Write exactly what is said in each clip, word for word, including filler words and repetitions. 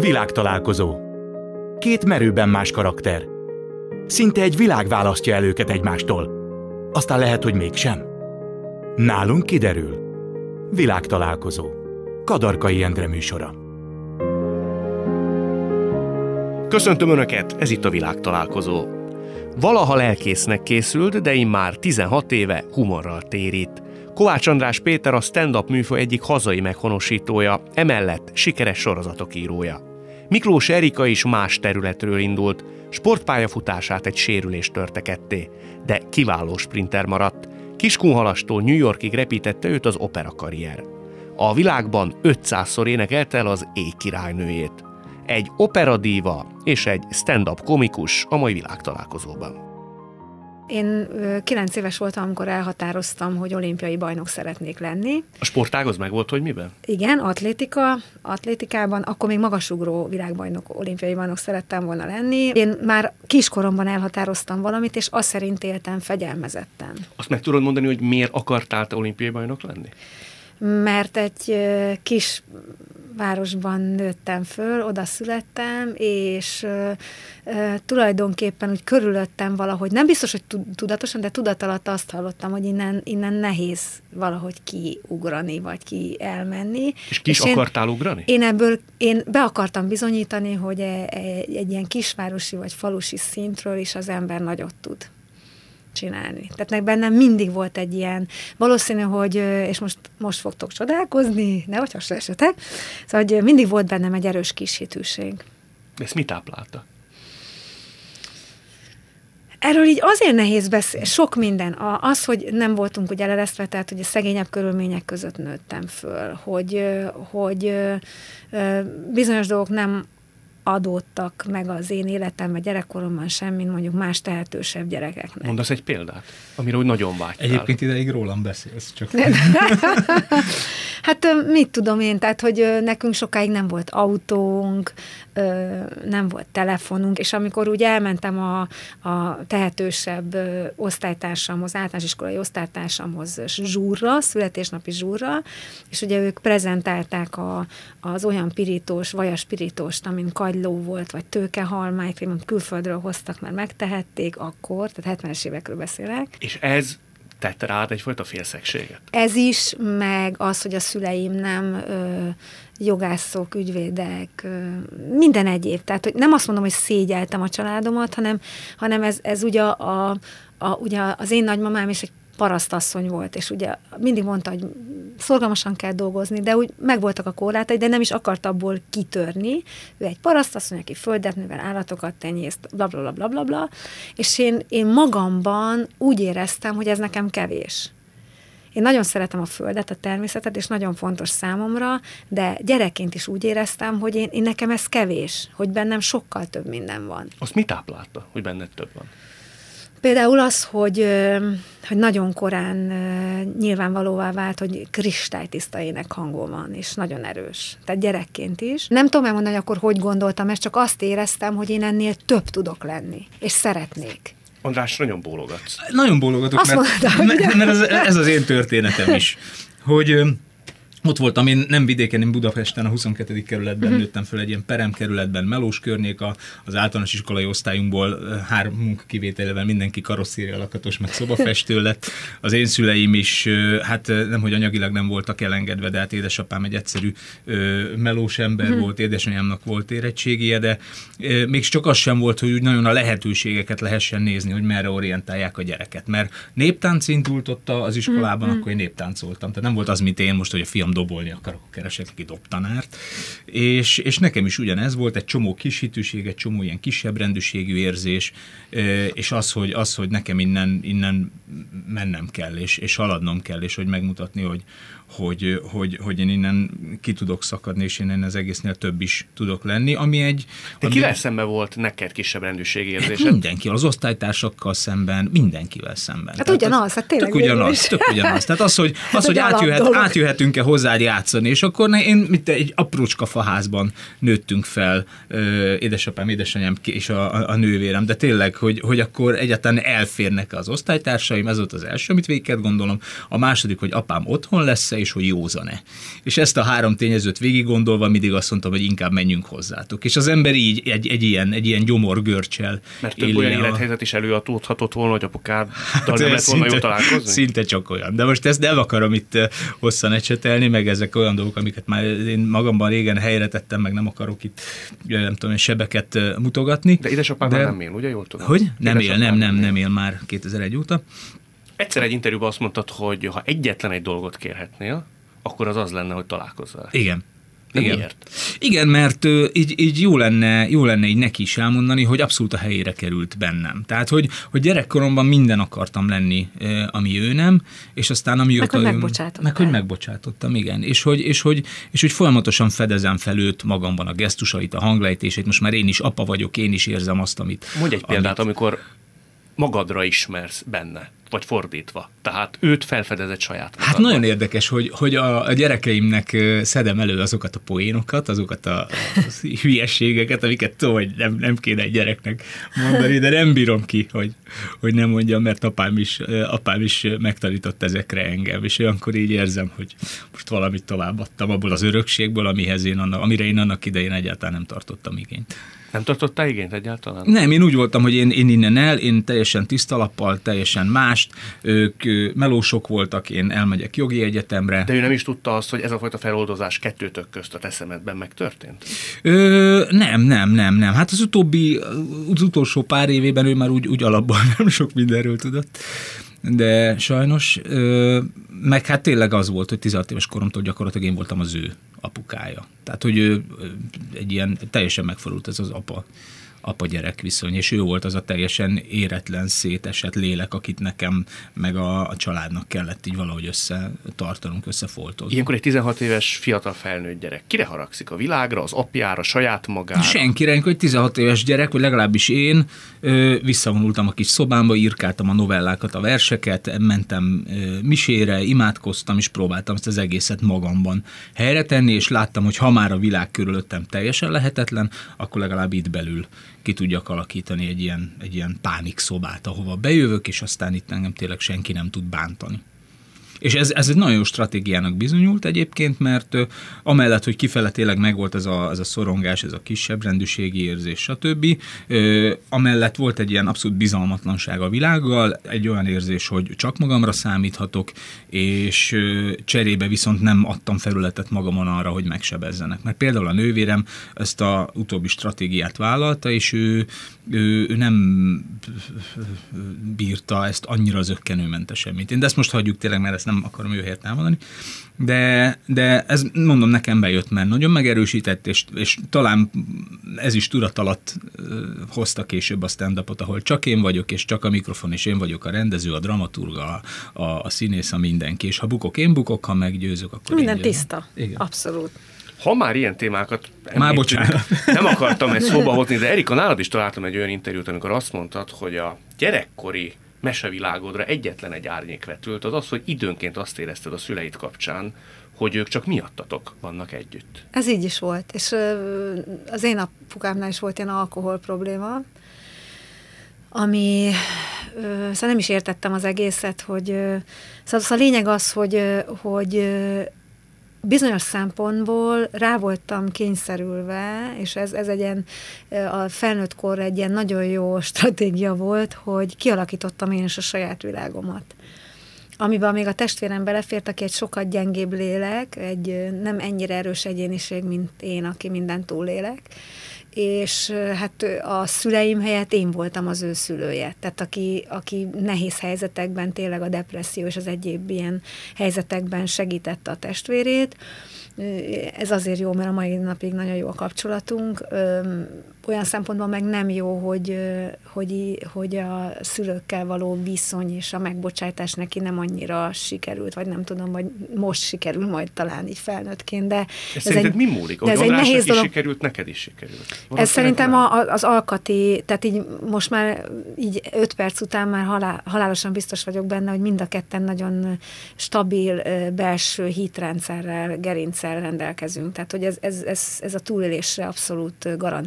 Világtalálkozó. Két merőben más karakter. Szinte egy világ választja el őket egymástól. Aztán lehet, hogy mégsem. Nálunk kiderül. Világtalálkozó. Kadarkai Endre műsora. Köszöntöm Önöket, ez itt a Világtalálkozó. Valaha lelkésznek készült, de immár tizenhat éve humorral térít. Kovács András Péter a stand-up műfaj egyik hazai meghonosítója, emellett sikeres sorozatok írója. Miklós Erika is más területről indult, sportpályafutását egy sérülés törte ketté, de kiváló sprinter maradt. Kiskunhalastól New Yorkig repítette őt az opera karrier. A világban ötszázszor énekelte el az Éj királynőjét. Egy operadíva és egy stand-up komikus a mai Világtalálkozóban. Én kilenc éves voltam, amikor elhatároztam, hogy olimpiai bajnok szeretnék lenni. A sportág az meg volt, hogy miben? Igen, atlétika, atlétikában, akkor még magasugró világbajnok, olimpiai bajnok szerettem volna lenni. Én már kiskoromban elhatároztam valamit, és azt szerint éltem fegyelmezetten. Azt meg tudod mondani, hogy miért akartál te olimpiai bajnok lenni? Mert egy kis városban nőttem föl, oda születtem, és uh, uh, tulajdonképpen úgy körülöttem valahogy, nem biztos, hogy tudatosan, de tudat alatt azt hallottam, hogy innen, innen nehéz valahogy kiugrani, vagy ki elmenni. És ki is és akartál én, ugrani? Én ebből, én be akartam bizonyítani, hogy egy, egy ilyen kisvárosi vagy falusi szintről is az ember nagyot tud csinálni. Tehát bennem mindig volt egy ilyen, valószínű, hogy, és most, most fogtok csodálkozni, nehogy hasra esetek, szóval, hogy mindig volt bennem egy erős kishitűség. Ezt mit táplálta? Erről így azért nehéz beszélni, sok minden. Az, hogy nem voltunk ugye eleresztve, tehát hogy a szegényebb körülmények között nőttem föl, hogy, hogy bizonyos dolgok nem adódtak meg az én életemben, gyerekkoromban sem, mint mondjuk más tehetősebb gyerekeknek. Mondasz egy példát, amire úgy nagyon vágytál. Egyébként ideig rólam beszélsz, csak... Hát mit tudom én, tehát, hogy nekünk sokáig nem volt autónk, nem volt telefonunk, és amikor úgy elmentem a, a tehetősebb osztálytársamhoz, általános iskolai osztálytársamhoz zsúrra, születésnapi zsúrra, és ugye ők prezentálták a, az olyan pirítós, vajas pirítóst, amin kagyló volt, vagy tőkehalmány, amit külföldről hoztak, mert megtehették akkor, tehát hetvenes évekről beszélek. És ez tette rád egyfajta félszegséget? Ez is, meg az, hogy a szüleim nem ö, jogászok, ügyvédek, ö, minden egyéb. Tehát hogy nem azt mondom, hogy szégyeltem a családomat, hanem, hanem ez, ez ugye, a, a, ugye az én nagymamám is egy parasztasszony volt, és ugye mindig mondta, hogy szorgalmasan kell dolgozni, de úgy megvoltak a korlátai, de nem is akart abból kitörni. Ő egy parasztasszony, aki földet művel, állatokat tenyészt, blablabla, bla, bla, bla, és én, én magamban úgy éreztem, hogy ez nekem kevés. Én nagyon szeretem a földet, a természetet, és nagyon fontos számomra, de gyerekként is úgy éreztem, hogy én, én nekem ez kevés, hogy bennem sokkal több minden van. Azt mit táplálta, hogy benned több van? Például az, hogy, hogy nagyon korán nyilvánvalóvá vált, hogy kristálytiszta énekhangom van, és nagyon erős. Tehát gyerekként is. Nem tudom elmondani, hogy akkor hogy gondoltam, ezt csak azt éreztem, hogy én ennél több tudok lenni, és szeretnék. András, nagyon bólogatsz. Nagyon bólogatok, azt mert, mondtam, mert, mert ez, ez az én történetem is, hogy... Ott voltam, én nem vidéken, én Budapesten, a huszonkettedik kerületben uh-huh. nőttem föl, egy ilyen peremkerületben, melós környék, a, az általános iskolai osztályunkból három munkakivételével mindenki karosszéria lakatos, meg szobafestő lett. Az én szüleim is, hát nemhogy anyagilag nem voltak elengedve, de hát édesapám egy egyszerű melós ember uh-huh. volt, édesanyámnak volt érettségie, de még csak az sem volt, hogy úgy nagyon a lehetőségeket lehessen nézni, hogy merre orientálják a gyereket. Mert néptánc indultotta az iskolában, uh-huh. akkor én néptáncoltam. Tehát nem volt az, mint én most, hogy a fiam dobolni akarok, keresek neki dobtanárt, és, és nekem is ugyanez volt, egy csomó kishitűség, egy csomó ilyen kisebb rendűségű érzés, és az, hogy, az, hogy nekem innen, innen mennem kell, és, és haladnom kell, és hogy megmutatni, hogy, hogy, hogy, hogy én innen ki tudok szakadni, és én az egésznél több is tudok lenni, ami egy... De ami... kivel szemben volt neked kisebb rendűségi érzésed? Hát mindenkivel, az osztálytársakkal szemben, mindenkivel szemben. Hát ugyanaz, hát tényleg. Tök ugyanaz, tök ugyanaz. Tehát az, hogy, az, hogy átjöhet, átjöhetünk-e hozzád játszani, és akkor ne, én mit egy aprócska faházban nőttünk fel, édesapám, édesanyám és a, a, a nővérem, de tényleg, hogy, hogy akkor egyáltalán elférnek az osztálytársaim, ez volt az első, amit végig kellett gondolom. A második, hogy apám otthon lesz, és hogy józan-e. És ezt a három tényezőt végig gondolva mindig azt mondtam, hogy inkább menjünk hozzátok. És az ember így egy, egy, ilyen, egy ilyen gyomorgörcsel. Mert több olyan élethelyzet is előadódhatott volna, hogy apukád hát nem lett volna jó találkozni? Szinte csak olyan. De most ezt nem akarom itt hosszan ecsetelni, meg ezek olyan dolgok, amiket már én magamban régen helyre tettem, meg nem akarok itt, nem tudom, sebeket mutogatni. De édesapád de... nem él, ugye jól tudom? Hogy? Nem él, nem, nem, nem él már kétezer-egy óta. Egyszer egy interjúban azt mondtad, hogy ha egyetlen egy dolgot kérhetnél, akkor az az lenne, hogy találkozzál. Igen. De Igen. miért? Igen, mert uh, így, így jó, lenne, jó lenne így neki is elmondani, hogy abszolút a helyére került bennem. Tehát, hogy, hogy gyerekkoromban minden akartam lenni, uh, ami ő nem, és aztán ami meg, hogy megbocsátottam. Meg, hogy megbocsátottam, igen. És hogy, és, hogy, és hogy folyamatosan fedezem fel őt magamban a gesztusait, a hanglejtését. Most már én is apa vagyok, én is érzem azt, amit... Mondj egy példát, amit... amikor magadra ismersz benne, vagy fordítva. Tehát őt felfedezett saját magadban. Hát nagyon érdekes, hogy, hogy a, a gyerekeimnek szedem elő azokat a poénokat, azokat a, a hülyességeket, amiket tudom, hogy nem, nem kéne egy gyereknek mondani, de nem bírom ki, hogy, hogy nem mondjam, mert apám is, apám is megtanított ezekre engem, és olyankor így érzem, hogy most valamit továbbadtam abból az örökségből, amihez én annak, amire én annak idején egyáltalán nem tartottam igényt. Nem tartottál igényt egyáltalán? Nem, én úgy voltam, hogy én, én innen el, én teljesen tiszta lappal, teljesen mást, ők melósok voltak, én elmegyek jogi egyetemre. De ő nem is tudta azt, hogy ez a fajta feloldozás kettőtök közt a te szemedben megtörtént? Ö, nem, nem, nem, nem. Hát az utóbbi, az utolsó pár évében ő már úgy, úgy alapban nem sok mindenről tudott. De sajnos, ö, meg hát tényleg az volt, hogy tizenhat éves koromtól gyakorlatilag én voltam az ő apukája. Tehát, hogy ő, egy ilyen teljesen megfordult ez az apa, apa-gyerek viszony, és ő volt az a teljesen éretlen, szétesett lélek, akit nekem, meg a, a családnak kellett így valahogy összetartanunk, összefoltozni. Ilyenkor egy tizenhat éves fiatal felnőtt gyerek kire haragszik? A világra, az apjára, saját magára? Senkire, ilyenkor egy tizenhat éves gyerek, vagy legalábbis én ö, visszavonultam a kis szobámba, írkáltam a novellákat, a verseket, mentem ö, misére, imádkoztam, és próbáltam ezt az egészet magamban helyre tenni, és láttam, hogy ha már a világ körülöttem teljesen lehetetlen, akkor legalább itt belül ki tudjak alakítani egy ilyen, egy ilyen pánikszobát, ahova bejövök, és aztán itt engem tényleg senki nem tud bántani. És ez, ez egy nagyon jó stratégiának bizonyult egyébként, mert ö, amellett, hogy kifele tényleg megvolt ez a, ez a szorongás, ez a kisebb rendűségi érzés, stb. Ö, amellett volt egy ilyen abszolút bizalmatlanság a világgal, egy olyan érzés, hogy csak magamra számíthatok, és ö, cserébe viszont nem adtam felületet magamon arra, hogy megsebezzenek. Mert például a nővérem ezt a utóbbi stratégiát vállalta, és ő, ő, ő nem bírta ezt annyira zökkenőmentesen, mint én. De ezt most hagyjuk tényleg, mert ezt nem akarom ő helyett elmondani, de, de ez mondom nekem bejött, mert nagyon megerősített, és, és talán ez is tudat alatt hozta később a stand-upot, ahol csak én vagyok, és csak a mikrofon, és én vagyok a rendező, a dramaturga, a, a színész, a mindenki, és ha bukok, én bukok, ha meggyőzök, akkor minden én tiszta, igen. Abszolút. Ha már ilyen témákat már bocsánat. Nem akartam ezt szóba hozni, de Erika, nálad is találtam egy olyan interjút, amikor azt mondtad, hogy a gyerekkori mesevilágodra egyetlen egy árnyék vetült, az az, hogy időnként azt érezted a szüleid kapcsán, hogy ők csak miattatok vannak együtt. Ez így is volt, és az én apukámnál is volt ilyen alkohol probléma, ami, szóval nem is értettem az egészet, hogy szóval a lényeg az, hogy, hogy bizonyos szempontból rá voltam kényszerülve, és ez, ez egy ilyen, a felnőtt korra egy ilyen nagyon jó stratégia volt, hogy kialakítottam én is a saját világomat. Amiben még a testvérem belefért, aki egy sokat gyengébb lélek, egy nem ennyire erős egyéniség, mint én, aki mindent túlélek, és hát a szüleim helyett én voltam az ő szülője. Tehát aki, aki nehéz helyzetekben, tényleg a depresszió és az egyéb ilyen helyzetekben segítette a testvérét. Ez azért jó, mert a mai napig nagyon jó a kapcsolatunk. Olyan szempontból meg nem jó, hogy, hogy, hogy a szülőkkel való viszony és a megbocsátás neki nem annyira sikerült, vagy nem tudom, vagy most sikerül majd talán így felnőttként, de... Ez, ez egy, mi múlik? Hogy Andrásnak is dolog, sikerült, neked is sikerült. Ez szerintem a, az alkati, tehát így most már így öt perc után már halál, halálosan biztos vagyok benne, hogy mind a ketten nagyon stabil belső hitrendszerrel, gerincsel rendelkezünk. Tehát, hogy ez, ez, ez, ez a túlélésre abszolút garancia. Hogy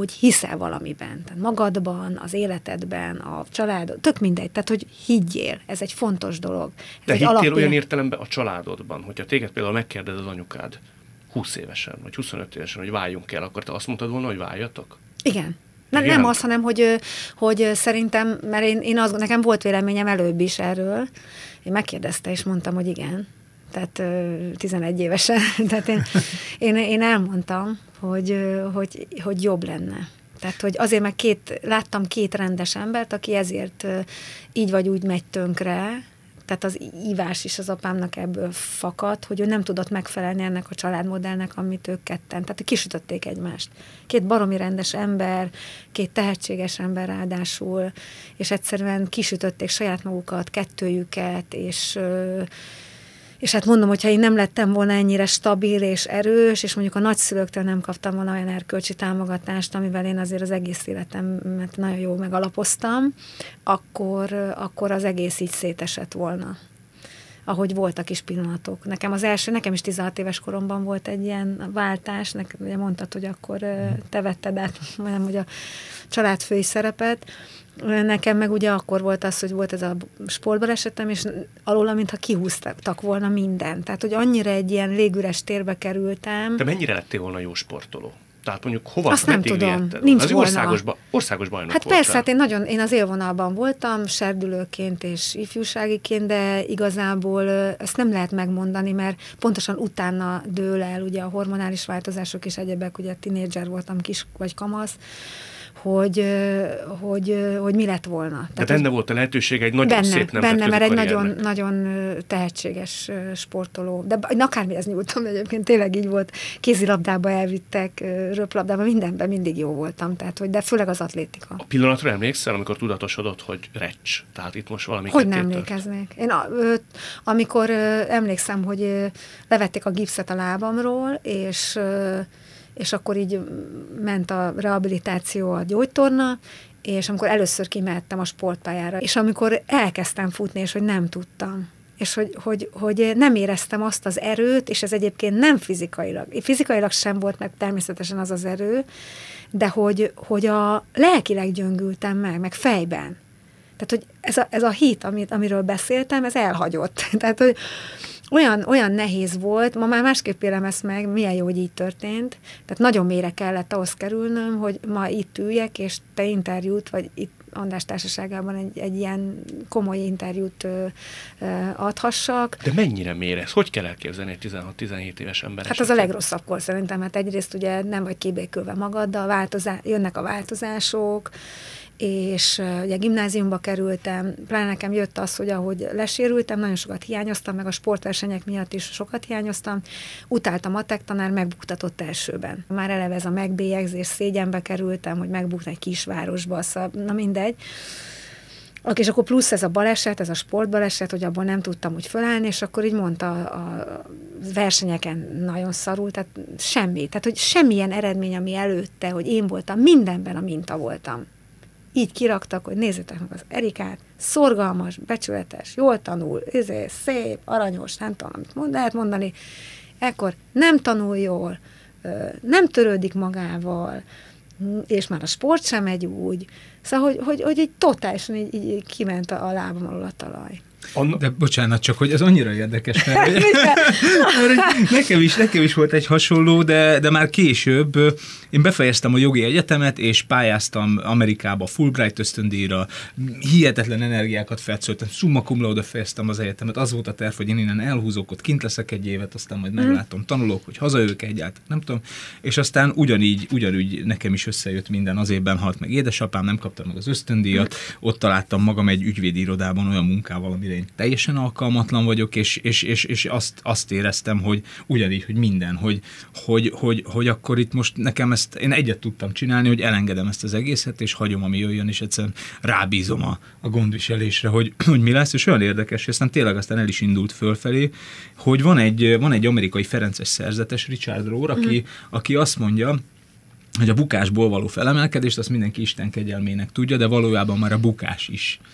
hogy hiszel valamiben, tehát magadban, az életedben, a családod, tök mindegy, tehát hogy higgyél, ez egy fontos dolog. Ez De egy hittél alapélet. olyan értelemben a családodban, hogyha téged például megkérdez az anyukád húsz évesen, vagy huszonöt évesen, hogy váljunk el, akkor te azt mondtad volna, hogy váljatok? Igen. Nem, Igen? nem az, hanem hogy, hogy szerintem, mert én, én az, nekem volt véleményem előbb is erről, én megkérdezte, és mondtam, hogy igen. Tehát tizenegy évesen. Tehát én, én, én elmondtam, hogy, hogy, hogy jobb lenne. Tehát, hogy azért meg két, láttam két rendes embert, aki ezért így vagy úgy megy tönkre, tehát az ívás is az apámnak ebből fakad, hogy ő nem tudott megfelelni ennek a családmodellnek, amit ők ketten. Tehát kisütötték egymást. Két baromi rendes ember, két tehetséges ember ráadásul, és egyszerűen kisütötték saját magukat, kettőjüket, és... És hát mondom, hogyha én nem lettem volna ennyire stabil és erős, és mondjuk a nagyszülőktől nem kaptam volna olyan erkölcsi támogatást, amivel én azért az egész életemet nagyon jól megalapoztam, akkor, akkor az egész így szétesett volna. Ahogy voltak is pillanatok. Nekem az első, nekem is tizenhat éves koromban volt egy ilyen váltás, nekem ugye mondtad, hogy akkor te vetted át, mondjam, hogy a családfői szerepet. Nekem meg ugye akkor volt az, hogy volt ez a sportbalesetem, és alóla, mintha kihúztak volna mindent. Tehát, hogy annyira egy ilyen légüres térbe kerültem. De mennyire lettél volna jó sportoló? Tehát mondjuk hova? Azt nem tudom, nincs az volna. Országos, országos bajnok Hát voltál. persze, hát én nagyon, én az élvonalban voltam, serdülőként és ifjúságiként, de igazából ezt nem lehet megmondani, mert pontosan utána dől el ugye a hormonális változások és egyebek, ugye tínédzser voltam, kis vagy kamasz, hogy, hogy, hogy mi lett volna. De Tehát, benne volt a lehetőség egy nagyon benne, szép nemzetközi benne, mert egy nagyon, karriernek. nagyon tehetséges sportoló. De akármihez nyúltam, egyébként tényleg így volt. Kézilabdába elvittek, röplabdába, mindenben mindig jó voltam. Tehát, hogy, de főleg az atlétika. A pillanatra emlékszel, amikor tudatosodott, hogy recs? Tehát itt most valami Hogy nem ketté emlékeznék. Én a, ö, amikor ö, emlékszem, hogy ö, levették a gipszet a lábamról, és ö, és akkor így ment a rehabilitáció, a gyógytorna, és amikor először kimehettem a sportpályára, és amikor elkezdtem futni, és hogy nem tudtam, és hogy, hogy, hogy nem éreztem azt az erőt, és ez egyébként nem fizikailag, fizikailag sem volt meg természetesen az az erő, de hogy, hogy a lelkileg gyöngültem meg, meg fejben. Tehát, hogy ez a, ez a hit, amit, amiről beszéltem, ez elhagyott. Tehát, hogy Olyan, olyan nehéz volt, ma már másképp élem ezt meg, milyen jó, hogy így történt. Tehát nagyon mélyre kellett ahhoz kerülnöm, hogy ma itt üljek, és te interjút, vagy itt András társaságában egy, egy ilyen komoly interjút ö, ö, adhassak. De mennyire mér ez? Hogy kell elképzelni egy tizenhat-tizenhét éves ember? Hát az a legrosszabb kor szerintem, hát egyrészt ugye nem vagy kibékülve magaddal, változá- jönnek a változások, és uh, ugye gimnáziumba kerültem, pláne nekem jött az, hogy ahogy lesérültem, nagyon sokat hiányoztam, meg a sportversenyek miatt is sokat hiányoztam, utáltam a matek tanár, megbuktatott elsőben. Már eleve ez a megbélyegzés, szégyenbe kerültem, hogy megbuktam egy kisvárosba, szóval, na mindegy. És akkor plusz ez a baleset, ez a sportbaleset, hogy abban nem tudtam úgy fölállni, és akkor így mondta a versenyeken nagyon szarul, tehát semmi. Tehát, hogy semmilyen eredmény, ami előtte, hogy én voltam, mindenben a minta voltam. Így kiraktak, hogy nézzétek meg az Erikát, szorgalmas, becsületes, jól tanul, ezért szép, aranyos, nem tudom, amit mond, lehet mondani. Ekkor nem tanul jól, nem törődik magával, és már a sport sem megy úgy. Szóval, hogy, hogy, hogy így totálisan így, így kiment a lábam alól a talaj. De bocsánat, csak hogy ez annyira érdekes, mert, mert nekem, is, nekem is volt egy hasonló, de, de már később én befejeztem a jogi egyetemet, és pályáztam Amerikába Fulbright ösztöndíjra, hihetetlen energiákat felszöltem, summa cum laude fejeztem az egyetemet, az volt a terv, hogy én innen elhúzok, ott kint leszek egy évet, aztán majd meglátom, tanulok, hogy hazajövök egyáltalán, nem tudom, és aztán ugyanígy, ugyanúgy nekem is összejött minden, az évben halt meg édesapám, nem kaptam meg az ösztöndíjat, ott találtam magam egy ügyvédi irodában olyan munkával, amire én teljesen alkalmatlan vagyok, és, és, és, és azt, azt éreztem, hogy ugyanígy, hogy minden, hogy, hogy, hogy, hogy akkor itt most nekem ezt, én egyet tudtam csinálni, hogy elengedem ezt az egészet, és hagyom, ami jöjjön, és egyszerűen rábízom a, a gondviselésre, hogy, hogy mi lesz, és olyan érdekes, és aztán tényleg aztán el is indult fölfelé, hogy van egy, van egy amerikai ferences szerzetes, Richard Rohr, aki, uh-huh. aki azt mondja, hogy a bukásból való felemelkedést, azt mindenki Isten kegyelmének tudja, de valójában már a bukás is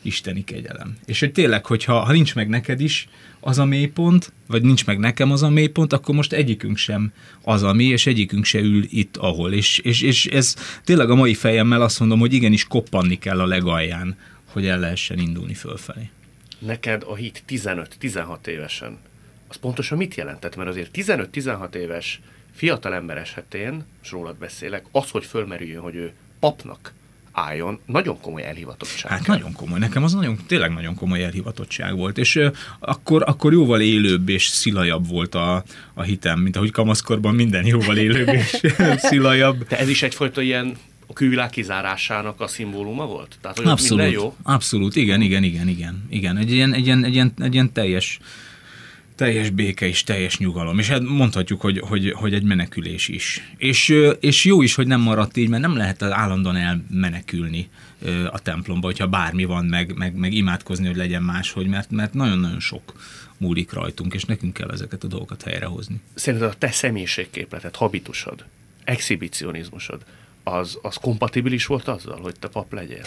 isteni kegyelem. És hogy tényleg, hogyha ha nincs meg neked is az a mélypont, vagy nincs meg nekem az a mélypont, akkor most egyikünk sem az a mély, és egyikünk se ül itt, ahol. És, és, és ez tényleg a mai fejemmel azt mondom, hogy igenis koppanni kell a legalján, hogy el lehessen indulni fölfelé. Neked a hit tizenöt-tizenhat évesen, az pontosan mit jelentett? Mert azért tizenöt-tizenhat éves fiatal ember esetén, és rólad beszélek, az, hogy fölmerüljön, hogy ő papnak álljon, nagyon komoly elhivatottság. Hát nagyon komoly. Nekem az nagyon, tényleg nagyon komoly elhivatottság volt. És uh, akkor, akkor jóval élőbb és szilajabb volt a, a hitem, mint ahogy kamaszkorban minden jóval élőbb és szilajabb. De ez is egyfajta ilyen a külvilág kizárásának a szimbóluma volt? Tehát, hogy abszolút, minden jó? Abszolút, igen, igen, igen, igen. igen. Egy, ilyen, egy, ilyen, egy, ilyen, egy ilyen teljes teljes béke és teljes nyugalom. És hát mondhatjuk, hogy, hogy, hogy egy menekülés is. És, és jó is, hogy nem maradt így, mert nem lehet állandóan elmenekülni a templomba, hogyha bármi van, meg, meg, meg imádkozni, hogy legyen máshogy, mert, mert nagyon-nagyon sok múlik rajtunk, és nekünk kell ezeket a dolgokat helyrehozni. Szerinted a te személyiségképleted, habitusod, exhibicionizmusod, az, az kompatibilis volt azzal, hogy te pap legyél?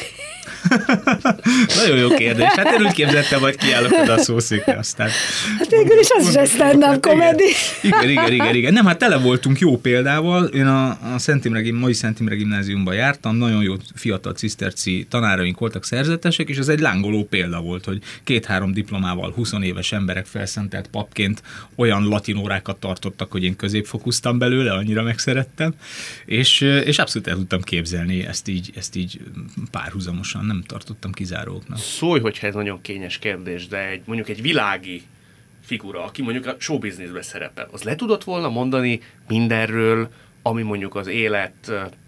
Nagyon jó kérdés. Hát én úgy képzettem, hogy kiállok oda a szószékre, aztán... Hát végül is az is egy stand-up comedy. Igen, igen, igen, igen. Nem, hát tele voltunk jó példával. Én a, a Szent Imre, mai Szent Imre gimnáziumban jártam, nagyon jó fiatal ciszterci tanáraink voltak, szerzetesek, és ez egy lángoló példa volt, hogy két-három diplomával húsz éves emberek felszentelt papként olyan latinórákat tartottak, hogy én középfokúztam belőle, annyira megszerettem, és, és abszolút el tudtam képzelni ezt így, ezt így párhuzamosan, nem tartottam kizáróknak. Szólj, hogyha ez nagyon kényes kérdés, de egy, mondjuk egy világi figura, aki mondjuk a showbizniszben szerepel, az le tudott volna mondani mindenről, ami mondjuk az élet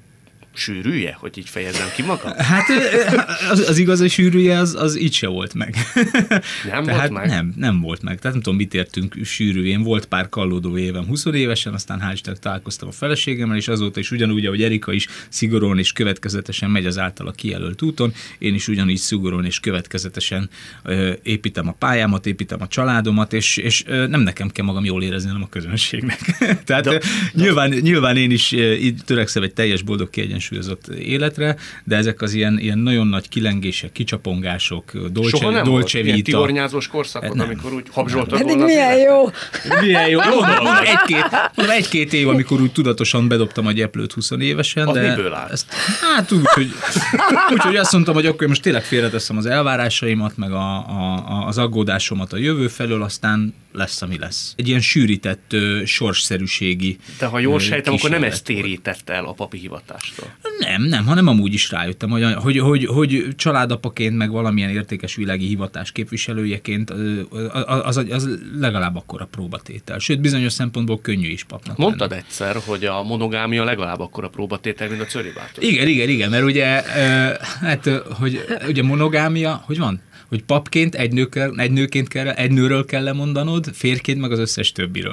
sűrűje, hogy így fejezzem ki magam? Hát az, az igaz, hogy sűrűje az, az így se volt meg. Nem Tehát volt meg? Nem, nem volt meg. Tehát nem tudom, mit értünk sűrűjén. Volt pár kallódó évem húsz évesen, aztán hál' Istennek találkoztam a feleségemmel, és azóta is ugyanúgy, ahogy Erika is szigorúan és következetesen megy az általa kijelölt úton, én is ugyanígy szigorúan és következetesen ö, építem a pályámat, építem a családomat, és, és ö, nem nekem kell magam jól érezni, hanem a közönségnek. Tehát de, nyilván, de... nyilván én is így törekszem egy teljes boldog kiegyensúlyozott életre, de ezek az ilyen, ilyen nagyon nagy kilengések, kicsapongások, dolce, soha nem dolce volt vita. Ilyen tibornyázós korszakot, nem. Amikor úgy habzsoltad volna. Pedig milyen jó. Milyen jó. Egy-két, egy-két év, amikor úgy tudatosan bedobtam a gyeplőt húsz évesen. Az de miből áll? Ezt, hát úgy, hogy, úgy, hogy azt mondtam, hogy akkor most tényleg félreteszem az elvárásaimat, meg a, a, az aggódásomat a jövő felől, aztán lesz, ami lesz. Egy ilyen sűrített ö, sorsszerűségi De ha jól sejtem, akkor nem ezt volt. térített el a papi hivatástól. Nem, nem, hanem amúgy is rájöttem, hogy, hogy, hogy, hogy családapaként, meg valamilyen értékes világi hivatás képviselőjeként az, az, az legalább akkora próbatétel. Sőt, bizonyos szempontból könnyű is papnak. Mondtad lenni. egyszer, hogy a monogámia legalább akkora próbatétel, mint a cölibátus. Igen, igen, igen, mert ugye, hát, hogy ugye monogámia, hogy van? Hogy papként egy, nőkkel, egy nőként kell, egy nőről kell lemondanod, férként meg az összes többiről.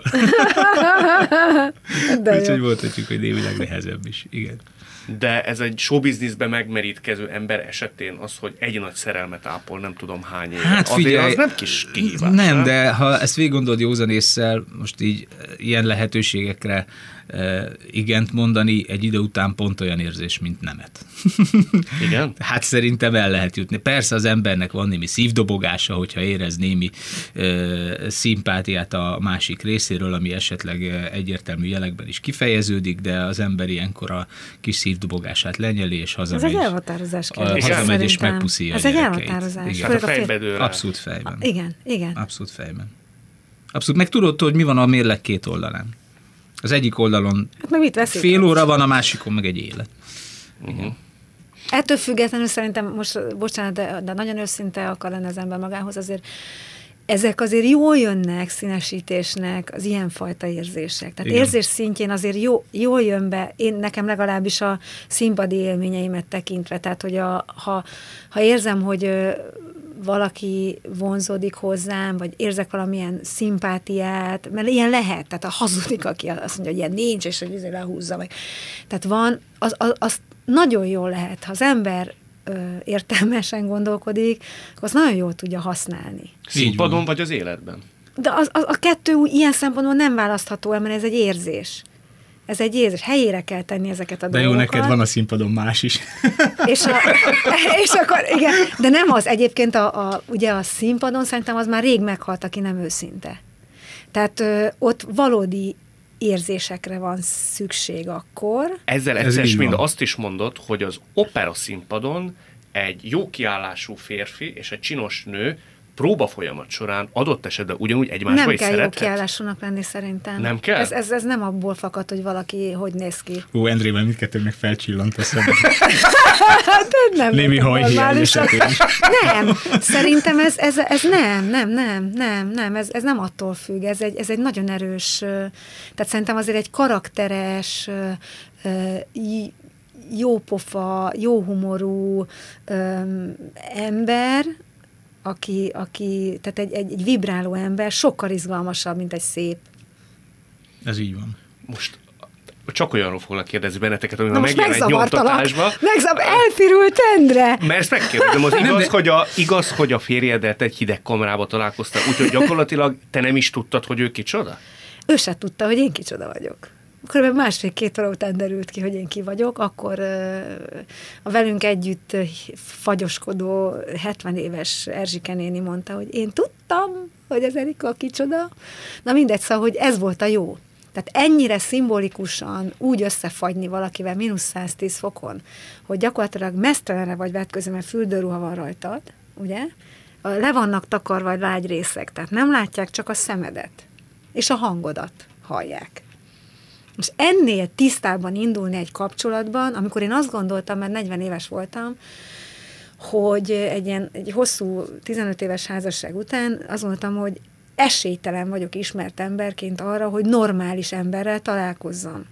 Úgyhogy voltatjuk, hogy némileg nehezebb is. Igen. De ez egy showbizniszben megmerítkező ember esetén az, hogy egy nagy szerelmet ápol, nem tudom hány éve. Hát figyelj, azért az nem kis kihívás. Nem, nem, de ha ezt végig gondolod józanésszel, most így ilyen lehetőségekre uh, igent mondani, egy idő után pont olyan érzés, mint nemet. Igen? Hát szerintem el lehet jutni. Persze az embernek van némi szívdobogása, hogyha érez némi uh, szimpátiát a másik részéről, ami esetleg uh, egyértelmű jelekben is kifejeződik, de az ember ilyenkor a kis szívdobogását lenyeli, és hazamegy. Ez egy elhatározás kérdés. Hazamegy, és megpuszíja a Ez egy gyerekeit. elhatározás. Hát a fejbe dől rá. Abszolút fejben. Igen, igen. Abszolút fejben. Abszolút. Meg tudod, hogy mi van a mérleg két oldalán. Az egyik oldalon hát meg mit veszik? Fél óra van, a másikon meg egy élet. Uh-huh. Ettől függetlenül szerintem, most bocsánat, de, de nagyon őszinte akar lenni az ember magához, azért ezek azért jól jönnek színesítésnek az ilyenfajta érzések. Tehát igen. Érzés szintjén azért jó, jól jön be, én nekem legalábbis a színpadi élményeimet tekintve, tehát hogy a, ha, ha érzem, hogy ö, valaki vonzódik hozzám, vagy érzek valamilyen szimpátiát, mert ilyen lehet, tehát a hazudik, aki azt mondja, hogy ilyen nincs, és hogy lehúzza meg. Tehát van, az, az, az nagyon jól lehet, ha az ember ö, értelmesen gondolkodik, akkor azt nagyon jól tudja használni. Színpadon vagy az életben? De az, az, a kettő ilyen szempontból nem választható el, mert ez egy érzés. Ez egy érzés, helyére kell tenni ezeket a de dolgokat. De jó, neked van a színpadon más is. És, a, és akkor, igen, de nem az. Egyébként a, a, ugye a színpadon szerintem az már rég meghalt, aki nem őszinte. Tehát ö, ott valódi érzésekre van szükség akkor. Ezzel egyszer mind azt is mondod, hogy az opera színpadon egy jó kiállású férfi és egy csinos nő próba folyamat során adott esetben ugyanúgy egymásba is szerethet? Nem kell jó kiállásúnak lenni szerintem. Nem kell? Ez, ez, ez nem abból fakad, hogy valaki hogy néz ki. Ó, Endrével mindkettőnek felcsillant a szemben. Hát nem. Némi hajhiány esetén is. Nem, szerintem ez, ez, ez nem, nem, nem, nem, nem, ez, ez nem attól függ, ez egy, ez egy nagyon erős, tehát szerintem azért egy karakteres, jópofa, jó humorú ember, Aki, aki, tehát egy, egy, egy vibráló ember sokkal izgalmasabb, mint egy szép. Ez így van. Most csak olyanról foglak kérdezni benneteket, ami megjelent egy nyomtatásba. Megzav, elfirult Endre! Mert ezt megkérdezem, az igaz, hogy a, igaz, hogy a férjedet egy hideg kamerába találkoztál, úgyhogy gyakorlatilag te nem is tudtad, hogy ő kicsoda? Ő se tudta, hogy én kicsoda vagyok. Körülbelül másfél-két óra után derült ki, hogy én ki vagyok, akkor a velünk együtt fagyoskodó hetven éves Erzsike néni mondta, hogy én tudtam, hogy ez Erika kicsoda. Na mindegy, szóval, hogy ez volt a jó. Tehát ennyire szimbolikusan úgy összefagyni valakivel mínusz száztíz fokon, hogy gyakorlatilag meztelenre vagy vetköző, mert fürdőruha van rajtad, ugye? Le vannak takarva a lágy részek, tehát nem látják csak a szemedet, és a hangodat hallják. És ennél tisztában indulni egy kapcsolatban, amikor én azt gondoltam, mert negyven éves voltam, hogy egy ilyen egy hosszú tizenöt éves házasság után azt gondoltam, hogy esélytelen vagyok ismert emberként arra, hogy normális emberrel találkozzam.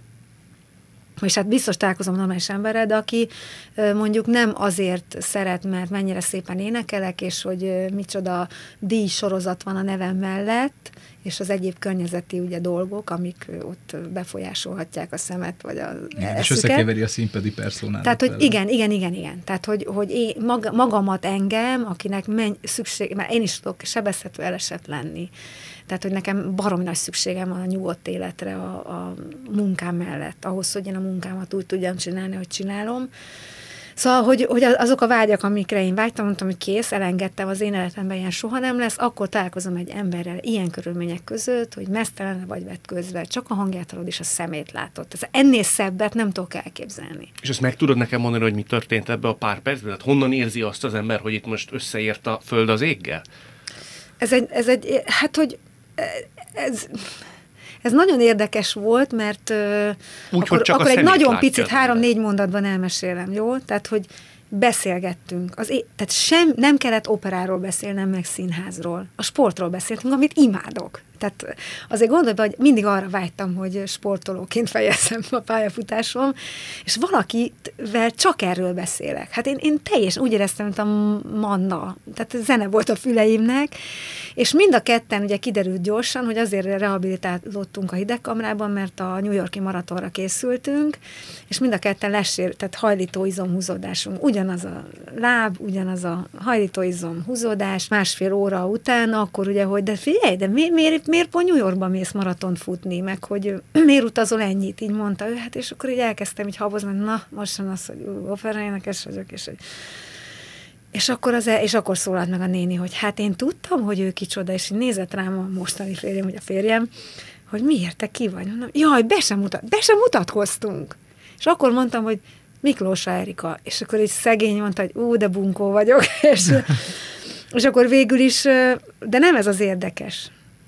És hát biztos találkozom normális emberrel, de aki mondjuk nem azért szeret, mert mennyire szépen énekelek, és hogy micsoda díjsorozat van a nevem mellett, és az egyéb környezeti ugye dolgok, amik ott befolyásolhatják a szemet, vagy az eszüket. És összekeveri a színpadi personálat. Tehát, hogy igen, igen, igen, igen. Tehát, hogy, hogy én magamat engem, akinek menj, szükség, mert én is tudok sebezhető elesett lenni. Tehát, hogy nekem baromi nagy szükségem van a nyugodt életre a, a munkám mellett, ahhoz, hogy én a munkámat úgy tudjam csinálni, hogy csinálom. Szóval, hogy, hogy azok a vágyak, amikre én vágytam, mondtam, hogy kész, elengedtem, az én életemben ilyen soha nem lesz, akkor találkozom egy emberrel ilyen körülmények között, hogy meztelenre vagy vetközve, csak a hangját hallod és a szemét látod. Ez ennél szebbet nem tudok elképzelni. És ezt meg tudod nekem mondani, hogy mi történt ebbe a pár percben? Tehát honnan érzi azt az ember, hogy itt most összeért a föld az éggel? Ez egy, ez egy hát, hogy ez... Ez nagyon érdekes volt, mert Úgy, akkor, akkor egy nagyon picit, három-négy mondatban elmesélem, jó? Tehát, hogy beszélgettünk. Az é- tehát sem, nem kellett operáról beszélnem, meg színházról. A sportról beszéltünk, amit imádok. Tehát azért gondolj be, hogy mindig arra vágytam, hogy sportolóként fejezzem a pályafutásom, és valakivel csak erről beszélek. Hát én, én teljesen úgy éreztem, mint a manna. Tehát zene volt a füleimnek, és mind a ketten ugye kiderült gyorsan, hogy azért rehabilitálódtunk a hidegkamrában, mert a New York-i maratonra készültünk, és mind a ketten lesér, tehát hajlító izomhúzódásunk. Ugyanaz a láb, ugyanaz a hajlító izomhúzódás, másfél óra után, akkor ugye, hogy de figyelj, de mi, miért, miért pont New Yorkba mész maratont futni, meg hogy miért utazol ennyit, így mondta ő, hát és akkor így elkezdtem így habozni, na, most sem az, hogy operaénekes vagyok, és hogy És akkor, az, és akkor szólalt meg a néni, hogy hát én tudtam, hogy ő kicsoda, és nézett rám a mostani férjem, vagy a férjem, hogy miért te ki vagy? Mondom, jaj, be sem, mutat, be sem mutatkoztunk. És akkor mondtam, hogy Miklósa Erika, és akkor így szegény mondta, hogy ú, de bunkó vagyok, és, és akkor végül is, de nem ez az érdekes.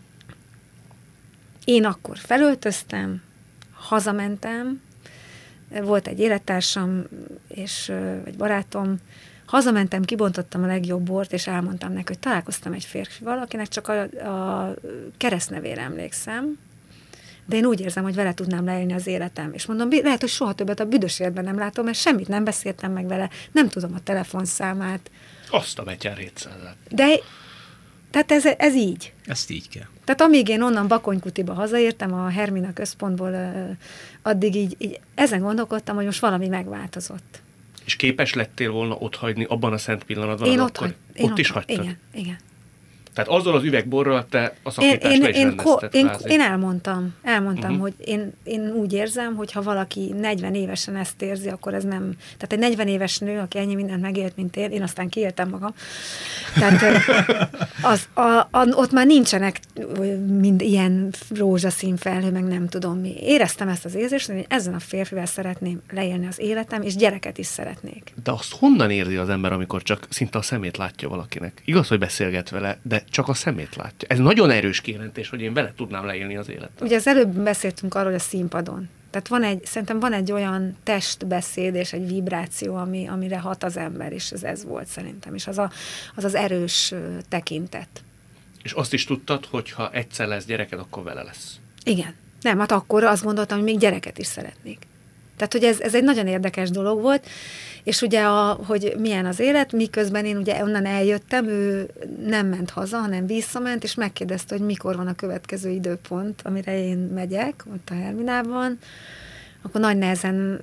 Én akkor felöltöztem, hazamentem, volt egy élettársam, és egy barátom, hazamentem, kibontottam a legjobb bort, és elmondtam neki, hogy találkoztam egy férfival, akinek csak a, a keresztnevére emlékszem, de én úgy érzem, hogy vele tudnám leélni az életem. És mondom, lehet, hogy soha többet a büdös életben nem látom, mert semmit nem beszéltem meg vele, nem tudom a telefonszámát. Azt a betyár hétszázat. De, tehát ez, ez így. Ezt így kell. Tehát amíg én onnan Bakonykutiba hazaértem a Hermina központból, addig így, így ezen gondolkodtam, hogy most valami megváltozott. És képes lettél volna otthagyni abban a szent pillanatban? Én ott, akkor, hagy, én ott, ott is hagytad? Igen, igen. Tehát azzal az üvegborral te a szakítást én, le is én, rendezted. én, én elmondtam, elmondtam, uh-huh. hogy én, én úgy érzem, hogy ha valaki negyven évesen ezt érzi, akkor ez nem... Tehát egy negyven éves nő, aki ennyi mindent megélt, mint én, én aztán kiéltem magam. Tehát az, a, a, ott már nincsenek mind ilyen rózsaszín felhő, meg nem tudom mi. Éreztem ezt az érzést, hogy ezen a férfivel szeretném leélni az életem, és gyereket is szeretnék. De azt honnan érzi az ember, amikor csak szinte a szemét látja valakinek? Igaz, hogy beszélget vele, de csak a szemét látja. Ez nagyon erős kijelentés, hogy én vele tudnám leélni az életet. Ugye az előbb beszéltünk arról, hogy a színpadon. Tehát van egy, szerintem van egy olyan testbeszéd és egy vibráció, ami, amire hat az ember, és ez, ez volt szerintem. És az, a, az az erős tekintet. És azt is tudtad, hogy ha egyszer lesz gyereked, akkor vele lesz. Igen. Nem, hát akkor azt gondoltam, hogy még gyereket is szeretnék. Tehát, hogy ez, ez egy nagyon érdekes dolog volt, és ugye, a, hogy milyen az élet, miközben én ugye onnan eljöttem, ő nem ment haza, hanem visszament, és megkérdezte, hogy mikor van a következő időpont, amire én megyek, ott a Herminában. Akkor nagy nehezen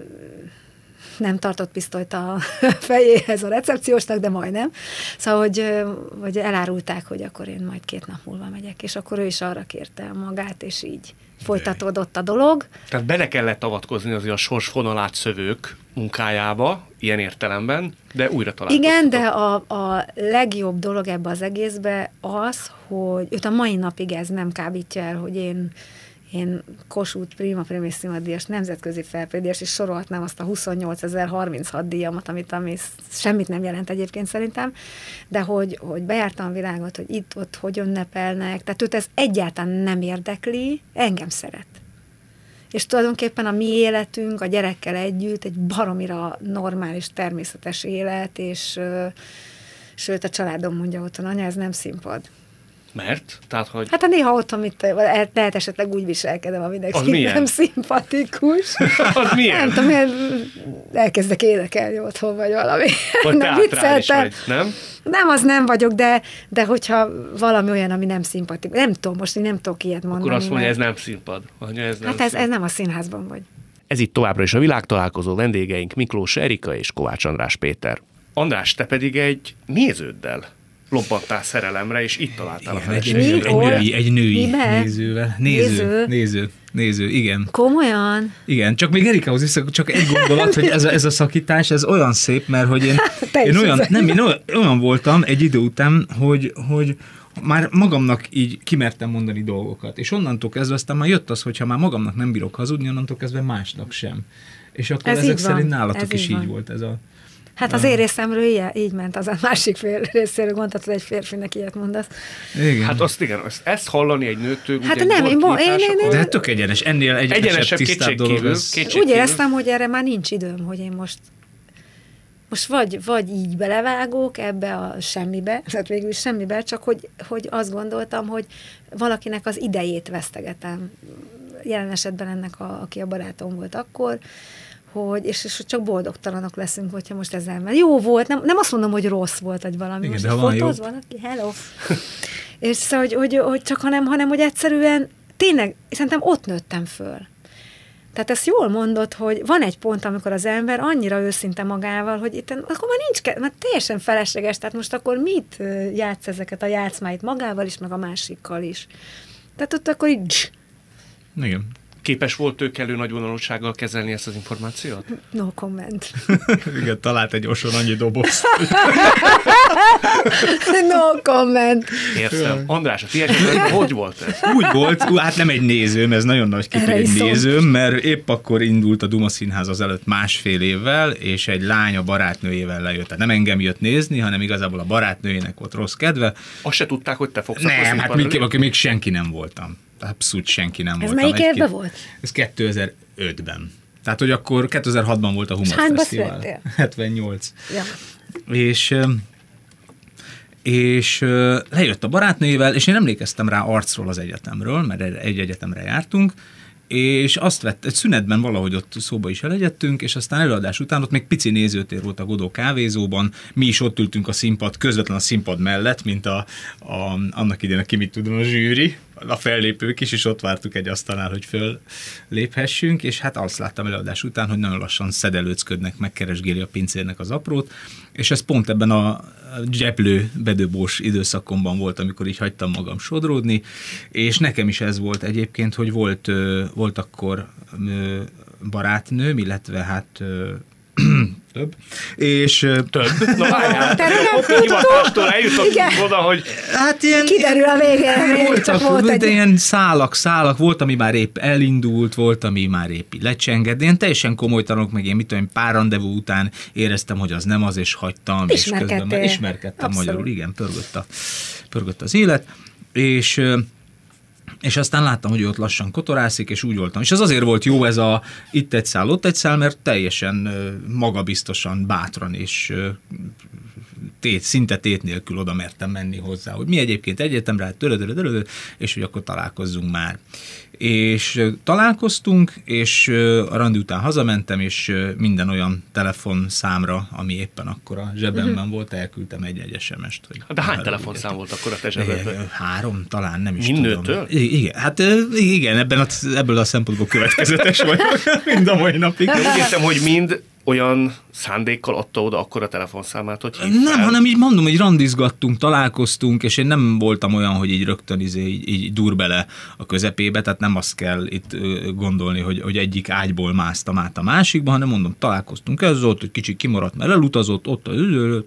nem tartott pisztolyt a fejéhez a recepciósnak, de majdnem. Szóval, hogy, hogy elárulták, hogy akkor én majd két nap múlva megyek, és akkor ő is arra kérte magát, és így folytatódott a dolog. Tehát bele kellett avatkozni azért a sorsfonalát szövők munkájába, ilyen értelemben, de újra találkoztatok. Igen, de a, a legjobb dolog ebbe az egészbe az, hogy őt a mai napig ez nem kábítja el, hogy én, én Kossuth Prima Primissima díjas, nemzetközi felpéldíjas, és sorolhatnám azt a huszonnyolcezer-harminchat díjamat, amit ami semmit nem jelent egyébként szerintem, de hogy, hogy bejártam a világot, hogy itt-ott hogy ünnepelnek, tehát őt ez egyáltalán nem érdekli, engem szeret. És tulajdonképpen a mi életünk a gyerekkel együtt egy baromira normális, természetes élet, és sőt a családom mondja otthon, anya, ez nem színpad. Mert? Tehát, hogy... Hát ha néha otthon mit, lehet esetleg úgy viselkedem, aminek nem szimpatikus. Az milyen? Nem tudom, én elkezdek énekelni otthon, vagy valami. Vagy teátrális vagy, nem? Nem, az nem vagyok, de, de hogyha valami olyan, ami nem szimpatikus. Nem tudom, most én nem tudok ilyet mondani. Akkor azt mondja, mert... ez nem színpad. Anya, ez nem hát ez, ez nem a színházban vagy. Ez itt továbbra is a világtalálkozó, vendégeink Miklós Erika és Kovács András Péter. András, te pedig egy néződdel lobbattál szerelemre, és itt találtál igen, a feleségedre. Egy, egy női, egy női nézővel. Néző, néző. néző, néző, igen. Komolyan? Igen, csak még Erikához vissza, csak egy gondolat, hogy ez a, ez a szakítás, ez olyan szép, mert hogy én, én, olyan, nem, én olyan, olyan voltam egy idő után, hogy, hogy már magamnak így kimertem mondani dolgokat, és onnantól kezdve aztán már jött az, hogyha már magamnak nem bírok hazudni, onnantól kezdve másnak sem. És akkor ez ezek szerint nálatok ez is így, így volt ez a... Hát az én részemről így, így ment, az a másik fél részéről mondtad, hogy egy férfinek ilyet mondasz. Igen. Hát azt igen, ezt hallani egy nőtől, hát ugye nem, egy én, én, én, én, de hát tök egyenes, ennél egyenesebb, tisztább dolog ez. Úgy éreztem, hogy erre már nincs időm, hogy én most most vagy, vagy így belevágok ebbe a semmibe, tehát végül is semmibe, csak hogy, hogy azt gondoltam, hogy valakinek az idejét vesztegetem. Jelen esetben ennek, a, aki a barátom volt akkor, hogy, és, és csak boldogtalanok leszünk, hogyha most ezzel, mert jó volt, nem, nem azt mondom, hogy rossz volt, vagy valami. Igen, most de van fotóz valaki, hello. És szóval, hogy, hogy, hogy csak hanem, hanem, hogy egyszerűen tényleg, szerintem ott nőttem föl. Tehát ezt jól mondod, hogy van egy pont, amikor az ember annyira őszinte magával, hogy itt akkor már nincs, már teljesen felesleges, tehát most akkor mit játsz ezeket a játszmáit magával is, meg a másikkal is. Tehát ott akkor így... Igen. Képes volt tőkelő nagyvonalúsággal kezelni ezt az információt? No comment. Igen, talált egy oson annyi dobozt. No comment. Értem. András, a ti esetben hogy volt ez? Úgy volt, hát nem egy nézőm, ez nagyon nagy kép, egy nézőm, mert épp akkor indult a Duma Színház az előtt másfél évvel, és egy lány a barátnőjével lejött. Tehát nem engem jött nézni, hanem igazából a barátnőjének volt rossz kedve. Azt se tudták, hogy te fogsz Nem, hát még, akkor még senki nem voltam. Abszolút senki nem ez voltam. Ez melyik évben volt? Ez kétezer-ötben. Tehát, hogy akkor kétezer-hatban volt a Humor Hányba Fesztivál. születtél? hetvennyolc. Ja. És, és lejött a barátnőjével, és én emlékeztem rá arcról az egyetemről, mert egy egyetemre jártunk, és azt vett, egy szünetben valahogy ott szóba is elegyettünk, és aztán előadás után ott még pici nézőtér volt a Godó kávézóban, mi is ott ültünk a színpad, közvetlen a színpad mellett, mint a, a annak idején, aki mit tudom, a zsűri, a fellépők is, és ott vártuk egy asztalnál, hogy fölléphessünk, és hát azt láttam előadás után, hogy nagyon lassan szedelőcködnek, megkeresgéli a pincérnek az aprót, és ez pont ebben a gyeplő, bedobós időszakomban volt, amikor így hagytam magam sodródni, és nekem is ez volt egyébként, hogy volt, volt akkor barátnőm, illetve hát több. És több? Na várjál, ott a hivatástól eljutottunk oda, hogy hát ilyen, kiderül a végén. Voltak, volt egy... ilyen szálak, szálak, volt, ami már épp elindult, volt, ami már épp lecsenged. Ilyen teljesen komolytalanok, meg én mit tudom, pár randevú után éreztem, hogy az nem az, és hagytam. És közben már ismerkedtem Abszolút. Magyarul, igen, pörgött, a, pörgött az élet. És... és aztán láttam, hogy ő ott lassan kotorászik, és úgy voltam. És az azért volt jó ez a itt egy szál, ott egy szál, mert teljesen magabiztosan, bátran és tét, szinte tét nélkül oda mertem menni hozzá, hogy mi egyébként egyetemre, törödörödörödö, és hogy akkor találkozzunk már. És találkoztunk, és a randi után hazamentem, és minden olyan telefonszámra, ami éppen akkor a zsebemben uh-huh. volt, elküldtem egy-egy es em est. Hogy de hány telefonszám volt akkor a te zsebedben? Három, talán, nem is Mindőtől? tudom. Igen, hát igen, ebben a, ebből a szempontból következetes vagyok mind a mai napig. Úgy értem, hogy mind olyan szándékkal adta oda akkor a telefonszámát, hogy hívtál? Nem, hanem így mondom, hogy randizgattunk, találkoztunk, és én nem voltam olyan, hogy így rögtön izé, így, így dur bele a közepébe, tehát nem azt kell itt gondolni, hogy, hogy egyik ágyból másztam át a másikba, hanem mondom, találkoztunk ez ott, hogy kicsit kimaradt, mert elutazott, ott a...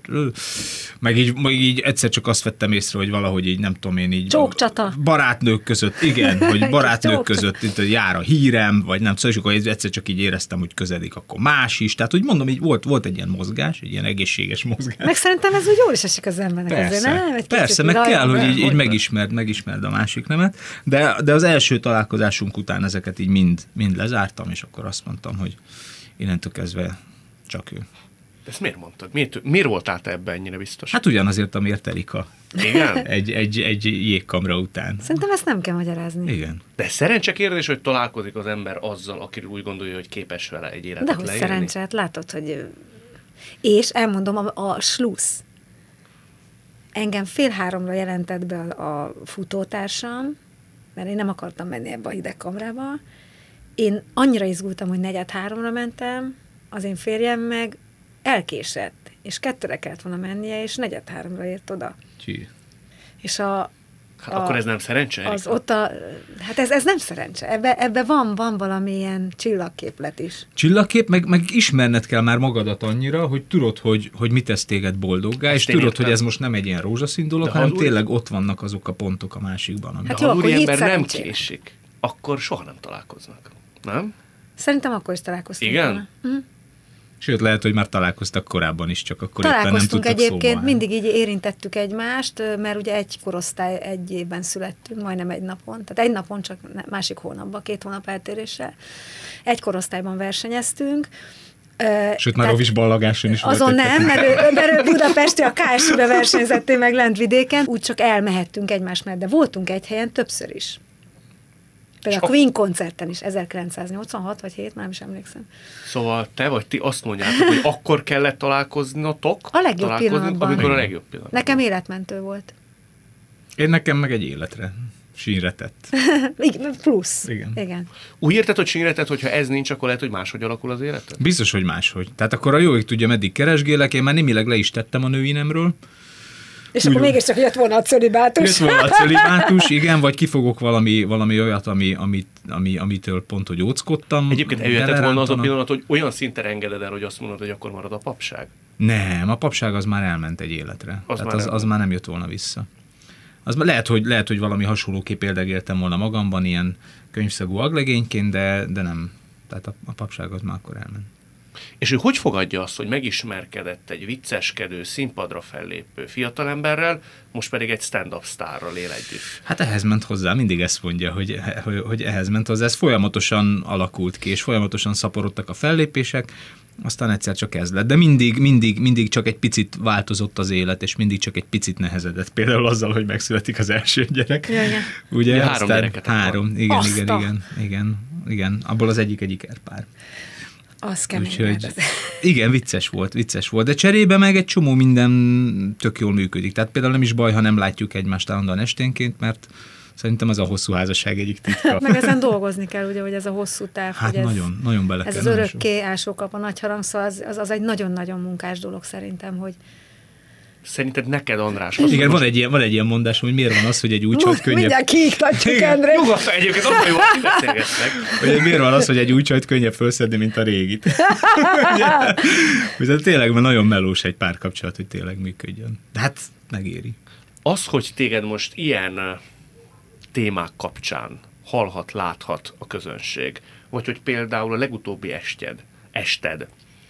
meg így, meg így egyszer csak azt vettem észre, hogy valahogy így, nem tudom én így... Csókcsata. Barátnők között, igen, hogy barátnők között itt jár a hírem, vagy nem, szóval, és akkor egyszer csak így éreztem, hogy közedik akkor más is, tehát hogy mondom, így volt, volt egy ilyen mozgás, egy ilyen egészséges mozgás. Meg szerintem ez úgy jól is esik az embernek. Persze, azért, nem? Egy persze meg kell, hogy így, így megismerd, megismerd a másik nemet, de, de az első találkozásunk után ezeket így mind, mind lezártam, és akkor azt mondtam, hogy innentől kezdve csak ő. De ezt miért mondtad? Miért, miért voltál te ebben ennyire biztos? Hát ugyanazért, amiért Erika. Igen? egy, egy, egy jégkamra után. Szerintem ezt nem kell magyarázni. Igen. De szerencse kérdés, hogy találkozik az ember azzal, akiről úgy gondolja, hogy képes vele egy életet leélni. De hogy szerencse, hát látod, hogy... És elmondom, a, a slusz. Engem fél háromra jelentett be a, a futótársam, mert én nem akartam menni ebbe a hideg kamrába. Én annyira izgultam, hogy negyed háromra mentem, az én férjem meg elkésett, és kettőre kellett volna mennie, és negyed háromra ért oda. Csí. És a... Hát a, akkor ez nem szerencse, az ott a, hát ez, ez nem szerencse. Ebbe, ebbe van, van valamilyen csillagképlet is. Csillagkép, meg, meg ismerned kell már magadat annyira, hogy tudod, hogy, hogy mit tesz téged boldoggá, ezt és tudod, értem. Hogy ez most nem egy ilyen rózsaszín dolog, hanem új... tényleg ott vannak azok a pontok a másikban. Amit... Hát jó, ha az ember nem késik, akkor soha nem találkoznak. Nem? Szerintem akkor is találkoztunk. Igen? Uh-huh. Sőt, lehet, hogy már találkoztak korábban is, csak akkor éppen nem tudtak egyébként, szóval. Mindig így érintettük egymást, mert ugye egy korosztály egy évben születtünk, majdnem egy napon, tehát egy napon, csak másik hónapban, két hónap eltéréssel. Egy korosztályban versenyeztünk. Sőt, már Rovis ballagáson is volt. Azon nem, mert ő, mert ő Budapesti, a ká es u-be versenyzettél meg Lentvidéken, úgy csak elmehettünk egymás mellett, de voltunk egy helyen többször is. Például a Queen koncerten is, ezerkilencszáznyolcvanhat vagy hét, már nem is emlékszem. Szóval te vagy ti azt mondjátok, hogy akkor kellett találkoznotok? A legjobb pillanatban. Amikor a legjobb pillanatban. Nekem életmentő volt. Én nekem meg egy életre. Sínre tett. Plusz. Igen. Igen. Úgy érted, hogy sínre tett, hogyha ez nincs, akkor lehet, hogy máshogy alakul az életed? Biztos, hogy máshogy. Tehát akkor a jó ég tudja, meddig keresgélek, én már némileg le is tettem a nőinemről. És akkor mégiscsak jött volna a cölibátus. Jött volna a cölibátus, igen, vagy kifogok valami, valami olyat, ami, amit, ami, amitől pont, hogy óckodtam. Egyébként eljöhetett volna az a pillanat, hogy olyan szinten engeded el, hogy azt mondod, hogy akkor marad a papság? Nem, a papság az már elment egy életre. Az, már, az, az már nem jött volna vissza. Az lehet, hogy, lehet, hogy valami hasonlóképp érdegéltem volna magamban, ilyen könyvszagú aglegényként, de, de nem. Tehát a, a papság az már akkor elment. És ő hogy fogadja azt, hogy megismerkedett egy vicceskedő, színpadra fellépő fiatalemberrel, most pedig egy stand-up sztárral él együtt? Hát ehhez ment hozzá, mindig ezt mondja, hogy, hogy, hogy ehhez ment hozzá. Ez folyamatosan alakult ki, és folyamatosan szaporodtak a fellépések, aztán egyszer csak ez lett. De mindig, mindig, mindig csak egy picit változott az élet, és mindig csak egy picit nehezedett. Például azzal, hogy megszületik az első gyerek. Ja, ja. Ugye? Ja, három gyereket. Három, igen, igen, igen, igen, igen, igen. Abból az egyik egy ikerpár. Az kemény. Úgyhogy, igen, vicces volt, vicces volt, de cserébe meg egy csomó minden tök jól működik. Tehát például nem is baj, ha nem látjuk egymást állandóan esténként, mert szerintem ez a hosszú házasság egyik titka. Meg ezen dolgozni kell, ugye, hogy ez a hosszú táv. Hát ez, nagyon, nagyon bele ez kell. Ez az örökké ásókap a nagy harang, szóval az, az, az egy nagyon-nagyon munkás dolog szerintem, hogy Szerinted neked, András? Igen, most... van, egy ilyen, van egy ilyen mondás, hogy miért van az, hogy egy új csajt könnyebb... Mindjárt kiiktatjuk, Endre. Nyugodtan egyébként, abban jó, hogy beszélgettek. Hogy miért van az, hogy egy új csajt könnyebb felszedni, mint a régit. Ugye, tényleg nagyon melós egy párkapcsolat, hogy tényleg működjön. De hát megéri. Az, hogy téged most ilyen témák kapcsán hallhat, láthat a közönség, vagy hogy például a legutóbbi ested, ested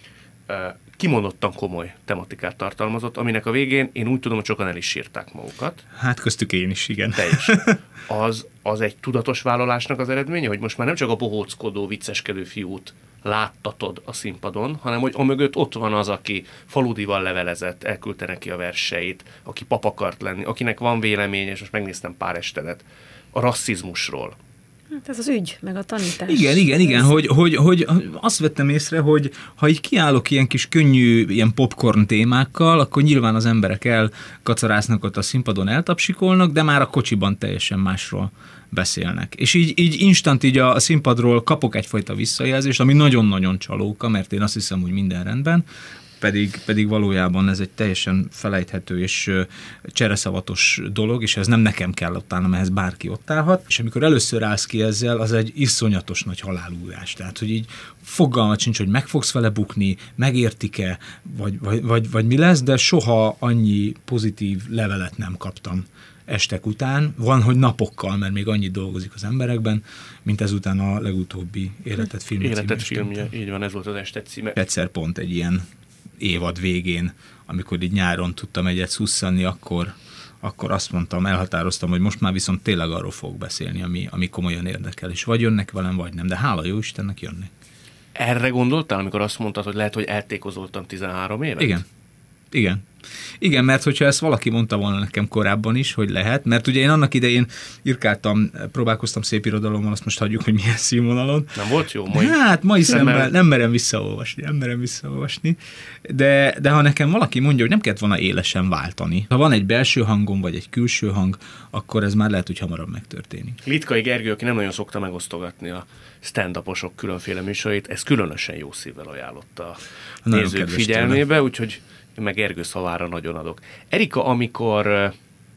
kimondottan komoly tematikát tartalmazott, aminek a végén én úgy tudom, hogy sokan el is sírták magukat. Hát köztük én is, igen. Te is. Az, az egy tudatos vállalásnak az eredménye, hogy most már nem csak a bohóckodó, vicceskedő fiút láttatod a színpadon, hanem hogy amögött ott van az, aki faludival levelezett, elküldte neki a verseit, aki pap akart lenni, akinek van véleménye, és most megnéztem pár estedet, a rasszizmusról. Hát ez az ügy, meg a tanítás. Igen, igen, igen, hogy, hogy, hogy azt vettem észre, hogy ha így kiállok ilyen kis könnyű, ilyen popcorn témákkal, akkor nyilván az emberek elkacarásznak ott a színpadon, eltapsikolnak, de már a kocsiban teljesen másról beszélnek. És így, így instant így a színpadról kapok egyfajta visszajelzést, ami nagyon-nagyon csalóka, mert én azt hiszem, hogy minden rendben, Pedig, pedig valójában ez egy teljesen felejthető és csereszavatos dolog, és ez nem nekem kell ott állnom, ehhez bárki ott állhat. És amikor először állsz ki ezzel, az egy iszonyatos nagy halálúrás. Tehát, hogy így fogalmat sincs, hogy meg fogsz vele bukni, megértik-e, vagy, vagy, vagy, vagy mi lesz, de soha annyi pozitív levelet nem kaptam estek után. Van, hogy napokkal, mert még annyit dolgozik az emberekben, mint ezután a legutóbbi Életet filmje. Életet filmje, így van, ez volt az Ested címe. Egyszer pont egy ilyen évad végén, amikor így nyáron tudtam egyet szusszanni, akkor, akkor azt mondtam, elhatároztam, hogy most már viszont tényleg arról fogok beszélni, ami, ami komolyan érdekel, és vagy jönnek velem, vagy nem, de hála jó Istennek jönnek. Erre gondoltál, amikor azt mondtad, hogy lehet, hogy eltékozoltam tizenhárom évet? Igen. Igen. Igen, mert hogyha ezt valaki mondta volna nekem korábban is, hogy lehet, mert ugye én annak idején írkáltam, próbálkoztam szép irodalommal, azt most hagyjuk, hogy milyen színvonalon. Nem volt jó? Mai hát mai szemmel mer... nem merem visszaolvasni, nem merem visszaolvasni, de, de ha nekem valaki mondja, hogy nem kellett volna élesen váltani, ha van egy belső hangom, vagy egy külső hang, akkor ez már lehet, hogy hamarabb megtörténik. Litkai Gergő, aki nem nagyon szokta megosztogatni a stand-uposok különféle műsorait, ez különösen jó szívvel ajánlotta a nagyon nézők figyelmébe, tőle. Úgyhogy meg Gergő szavára nagyon adok. Erika, amikor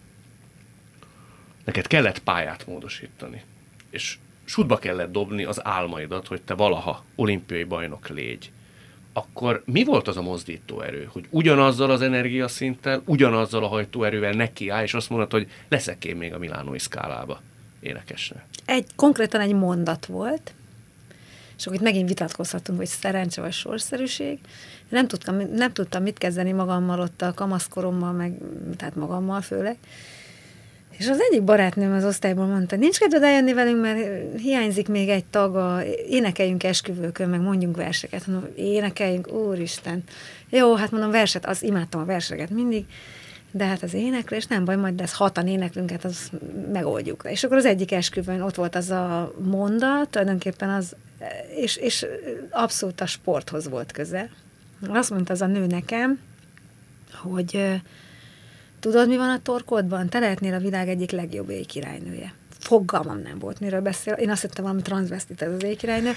neked kellett pályát módosítani, és sútba kellett dobni az álmaidat, hogy te valaha olimpiai bajnok légy, akkor mi volt az a mozdító erő, hogy ugyanazzal az energiaszinttel, ugyanazzal a hajtóerővel nekiáll, és azt mondod, hogy leszek én még a Milánói Szkálába énekesre? Egy, konkrétan egy mondat volt, és akkor itt megint vitatkozhatunk, hogy szerencse vagy sorszerűség. Nem tudtam, nem tudtam mit kezdeni magammal ott a kamaszkorommal, meg, tehát magammal főleg. És az egyik barátnőm az osztályból mondta, nincs kedved eljönni velünk, mert hiányzik még egy tag, a, énekeljünk esküvőkön, meg mondjunk verseket. Mondom, énekeljünk, úristen. Jó, hát mondom, verset, az imádtam a verseket mindig, de hát az éneklés nem baj, majd ez hatan éneklünk, hát az megoldjuk. És akkor az egyik esküvőn ott volt az a mondat, tulajdonképpen az, és, és abszolút a sporthoz volt köze. Azt mondta az a nő nekem, hogy tudod, mi van a torkodban? Te lehetnél a világ egyik legjobb éjkirálynője. Fogalmam nem volt, miről beszél. Én azt hittem, valami transzvesztit ez az éjkirálynő.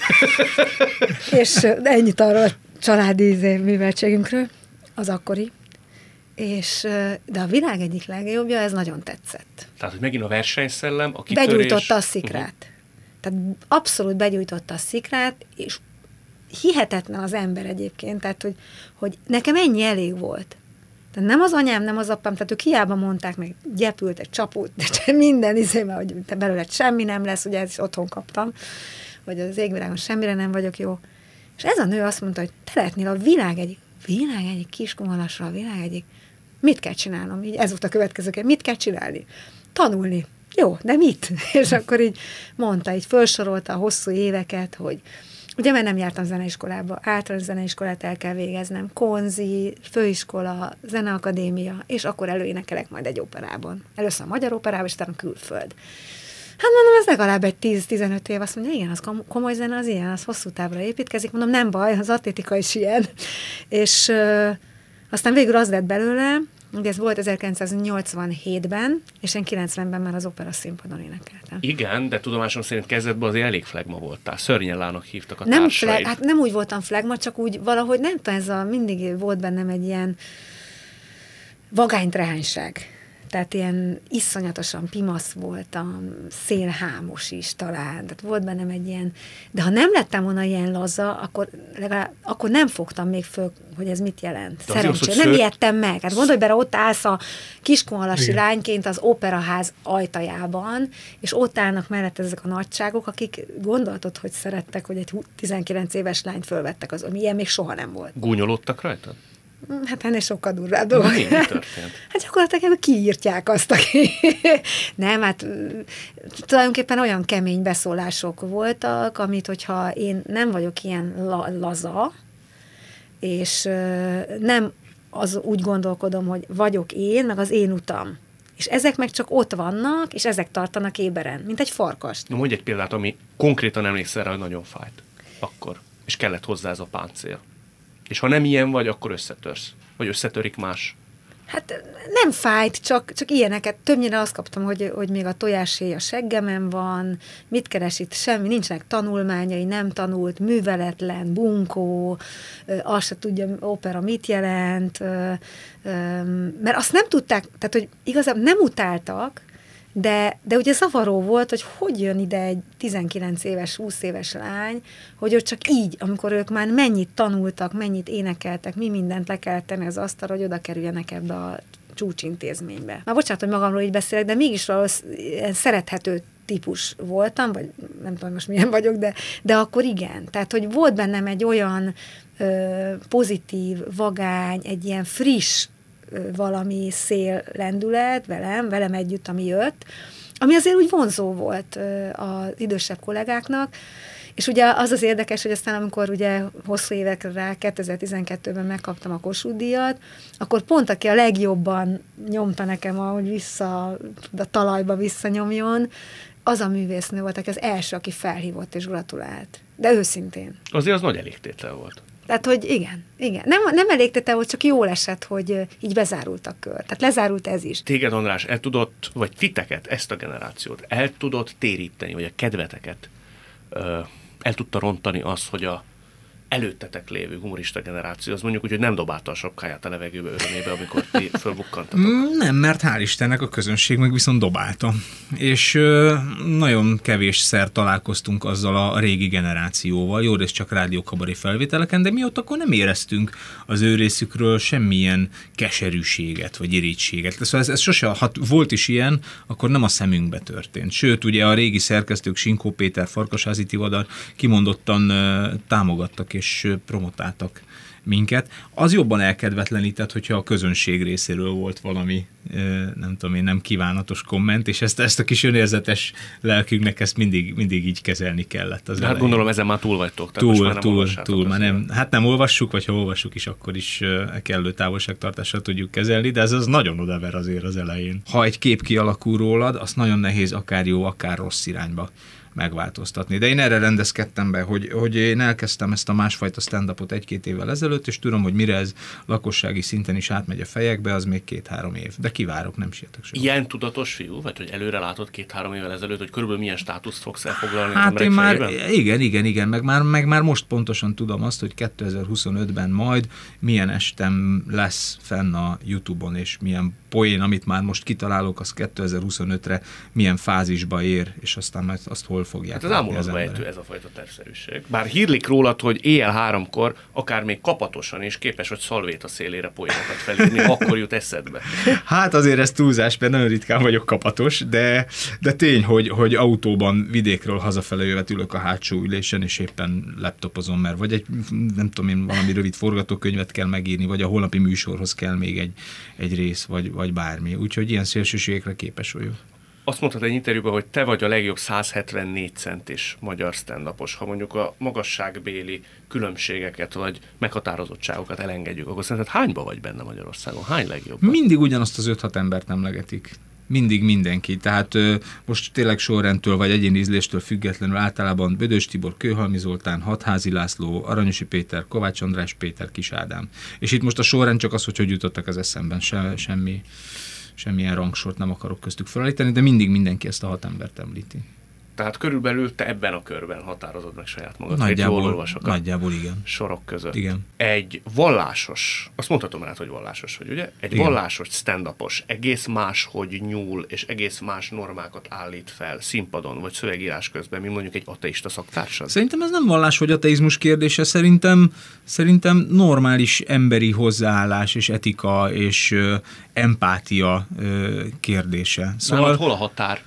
És de ennyit arról a családi műveltségünkről, az akkori. És, de a világ egyik legjobbja, ez nagyon tetszett. Tehát, hogy megint a versenyszellem, a kitörés... Begyújtotta a szikrát. Uh-huh. Tehát abszolút begyújtotta a szikrát, és hihetetlen az ember egyébként, tehát, hogy, hogy nekem ennyi elég volt. Tehát nem az anyám, nem az apám, tehát ők hiába mondták meg, gyepültek, csapult, de minden izébe, hogy te belőled semmi nem lesz, ugye ezt otthon kaptam, hogy az égvilágon semmire nem vagyok jó. És ez a nő azt mondta, hogy te lehetnél a világ egyik, világ egyik kiskumalasra, a világ egyik, mit kell csinálnom? Így ez volt a következő, mit kell csinálni? Tanulni. Jó, de mit? És akkor így mondta, így felsorolta a hosszú éveket, hogy ugye, mert nem jártam zeneiskolába, általános zeneiskolát el kell végeznem, konzi, főiskola, zeneakadémia, és akkor előénekelek majd egy operában. Először a magyar operában, és utána külföld. Hát mondom, ez legalább egy tíz-tizenöt év, azt mondja, igen, az komoly zene, az ilyen, az hosszú távra építkezik. Mondom, nem baj, az atlétika is ilyen. És ö, aztán végül az lett belőle, ugye ez volt ezerkilencszáznyolcvanhétben, és én kilencvenben már az opera színpadon énekeltem. Igen, de tudomásom szerint kezdetben azért elég flagma voltál. Szörnyelának hívtak a nem társaid. Fleg, hát nem úgy voltam flagma, csak úgy valahogy nem tudom, ez a, mindig volt bennem egy ilyen vagánytrehányság. Tehát ilyen iszonyatosan pimasz voltam, szélhámos is talán, tehát volt bennem egy ilyen, de ha nem lettem volna ilyen laza, akkor, legalább, akkor nem fogtam még föl, hogy ez mit jelent. Szerencsére. Nem ijedtem meg. Hát gondolj bele, ott állsz a kiskunhalasi lányként az operaház ajtajában, és ott állnak mellett ezek a nagyságok, akik gondoltad, hogy szerettek, hogy egy tizenkilenc éves lányt fölvettek, az, ilyen még soha nem volt. Gúnyolódtak rajtad? Hát ennél sokkal durvább dolog. Mi történt? Hát gyakorlatilag kiírtják azt, aki... Nem, hát tulajdonképpen olyan kemény beszólások voltak, amit, hogyha én nem vagyok ilyen la- laza, és nem az úgy gondolkodom, hogy vagyok én, meg az én utam. És ezek meg csak ott vannak, és ezek tartanak éberen, mint egy farkast. Na, mondj egy példát, ami konkrétan emlékszel rá, hogy nagyon fájt. Akkor. És kellett hozzá ez a páncél. És ha nem ilyen vagy, akkor összetörsz. Vagy összetörik más. Hát nem fájt, csak, csak ilyeneket. Többnyire azt kaptam, hogy, hogy még a tojáshéj a seggemen van, mit keres itt, semmi, nincsenek tanulmányai, nem tanult, műveletlen, bunkó, azt se tudja, opera mit jelent, mert azt nem tudták, tehát hogy igazából nem utáltak, De, de ugye zavaró volt, hogy hogy jön ide egy tizenkilenc éves, húsz éves lány, hogy ő csak így, amikor ők már mennyit tanultak, mennyit énekeltek, mi mindent le kell tenni az asztalra, hogy oda kerüljenek ebbe a csúcsintézménybe. Már bocsánat, hogy magamról így beszélek, de mégis valószínűleg szerethető típus voltam, vagy nem tudom most milyen vagyok, de, de akkor igen. Tehát, hogy volt bennem egy olyan ö, pozitív, vagány, egy ilyen friss valami szél lendület velem, velem együtt, ami jött, ami azért úgy vonzó volt az idősebb kollégáknak, és ugye az az érdekes, hogy aztán amikor ugye hosszú évekre rá kétezer-tizenkettőben megkaptam a Kossuth-díjat, akkor pont aki a legjobban nyomta nekem, ahogy vissza, a talajba visszanyomjon, az a művésznő volt, aki az első, aki felhívott és gratulált. De őszintén. Azért az nagy elégtétel volt. Tehát, hogy igen, igen. Nem, nem elégtétel volt, csak jól esett, hogy így bezárult a kör. Tehát lezárult ez is. Téged, András, el tudott, vagy titeket, ezt a generációt, el tudott téríteni, vagy a kedveteket ö, el tudta rontani az, hogy a előttetek lévő humorista generáció, az mondjuk úgy, hogy nem dobálta a sapkáját a levegőbe örömébe, amikor ti fölbukkantatok. Nem, mert hál' Istennek a közönség meg viszont dobálta. És ö, nagyon kevésszer találkoztunk azzal a régi generációval, jó, ez csak rádiókabaré felvételeken, de mi ott akkor nem éreztünk az ő részükről semmilyen keserűséget, vagy irítséget. Szóval ez, ez sose, ha volt is ilyen, akkor nem a szemünkbe történt. Sőt, ugye a régi szerkesztők, Sinkó Péter, Farkasházi Tivadar kimondottan ö, támogattak és promotáltak minket. Az jobban elkedvetlenített, hogyha a közönség részéről volt valami, nem tudom én, nem kívánatos komment, és ezt, ezt a kis önérzetes lelkünknek ezt mindig, mindig így kezelni kellett. Az De hát gondolom ezen már túl vagytok. Túl, most már nem túl, túl. Már nem, hát nem olvassuk, vagy ha olvassuk is, akkor is kellő távolságtartással tudjuk kezelni, de ez az nagyon odaver azért az elején. Ha egy kép kialakul rólad, az nagyon nehéz akár jó, akár rossz irányba megváltoztatni. De én erre rendezkedtem be, hogy, hogy én elkezdtem ezt a másfajta stand-upot egy-két évvel ezelőtt, és tudom, hogy mire ez lakossági szinten is átmegy a fejekbe, az még két-három év. De kivárok, nem sietek soha. Ilyen tudatos fiú, vagy hogy előre látod két-három évvel ezelőtt, hogy körülbelül milyen státuszt fogsz elfoglalni hát az én már, fejében? igen, igen, igen, meg már, meg már most pontosan tudom azt, hogy kétezer-huszonötben majd milyen estem lesz fenn a YouTube-on, és milyen poén, amit már most kitalálok, az kétezer-huszonötre milyen fázisba ér, és aztán majd azt hol fogják hát az látni az ámulatba emberek. ejtő ez a fajta tervszerűség. Bár hírlik rólad, hogy éjjel háromkor, akár még kapatosan is képes, hogy szalvét a szélére poénokat felírni, akkor jut eszedbe. Hát azért ez túlzás, mert nagyon ritkán vagyok kapatos, de, de tény, hogy, hogy autóban vidékről hazafele jövet ülök a hátsó ülésen, és éppen laptopozom, mert vagy egy, nem tudom én, valami rövid forgatókönyvet kell megírni, vagy a holnapi műsorhoz kell még egy, egy rész, vagy, vagy bármi. Úgyhogy ilyen szélsőségekre képes vagyok. Azt mondtad egy interjúban, hogy te vagy a legjobb száz hetvennégy centis magyar stand-upos. Ha mondjuk a magasságbéli különbségeket vagy meghatározottságokat elengedjük, akkor szerinted hányba vagy benne Magyarországon? Hány legjobb? Mindig ugyanazt az öt-hat embert emlegetik. Mindig mindenki. Tehát ö, most tényleg sorrendtől vagy egyéni ízléstől függetlenül általában Bödös Tibor, Kőhalmi Zoltán, Hatházi László, Aranyosi Péter, Kovács András Péter, Kis Ádám. És itt most a sorrend csak az, hogy hogy jutottak az eszemben. Se, semmi, semmilyen rangsort nem akarok köztük felállítani, de mindig mindenki ezt a hat embert említi. Tehát körülbelül te ebben a körben határozod meg saját magad. Nagyjából, nagyjából igen. Sorok között. Igen. Egy vallásos, azt mondhatom rá, hogy vallásos vagy, ugye? Egy igen. vallásos stand-upos egész más, hogy nyúl, és egész más normákat állít fel színpadon, vagy szövegírás közben, mint mondjuk egy ateista szaktársad? Szerintem ez nem vallás vagy ateizmus kérdése, szerintem, szerintem normális emberi hozzáállás, és etika, és ö, empátia ö, kérdése. Szóval nálad hol a határ?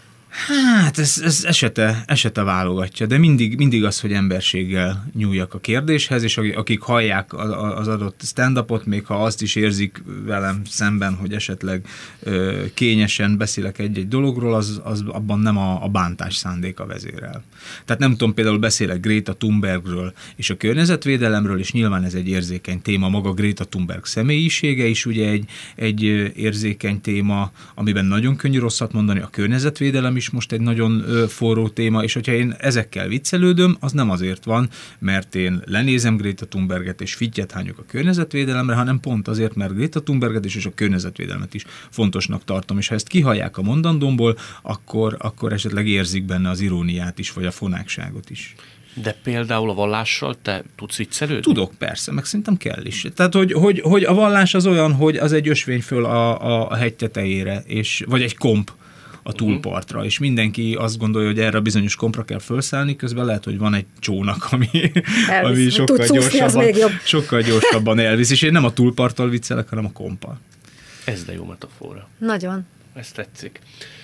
Hát ez, ez esete, esete válogatja, de mindig, mindig az, hogy emberséggel nyúljak a kérdéshez, és akik hallják az adott stand-upot, még ha azt is érzik velem szemben, hogy esetleg ö, kényesen beszélek egy-egy dologról, az, az abban nem a, a bántás szándéka vezérel. Tehát nem tudom, például beszélek Greta Thunbergről és a környezetvédelemről, és nyilván ez egy érzékeny téma, maga Greta Thunberg személyisége is ugye egy, egy érzékeny téma, amiben nagyon könnyű rosszat mondani, a környezetvédelem is most egy nagyon ö, forró téma, és hogyha én ezekkel viccelődöm, az nem azért van, mert én lenézem Greta Thunberget és fittyet hányok a környezetvédelemre, hanem pont azért, mert Greta Thunberget is és a környezetvédelmet is fontosnak tartom, és ha ezt kihallják a mondandómból, akkor, akkor esetleg érzik benne az iróniát is, vagy a fonákságot is. De például a vallással te tudsz viccelődni? Tudok, persze, meg szerintem kell is. Tehát, hogy, hogy, hogy a vallás az olyan, hogy az egy ösvény föl a, a, a hegy tetejére, és, vagy egy komp a túlpartra, uh-huh. és mindenki azt gondolja, hogy erre a bizonyos kompra kell felszállni, közben lehet, hogy van egy csónak, ami, ami sokkal, gyorsabban, sokkal gyorsabban elvisz, és én nem a túlparttal viccelek, hanem a kompal. Ez de jó metafora. Nagyon. Ez tetszik.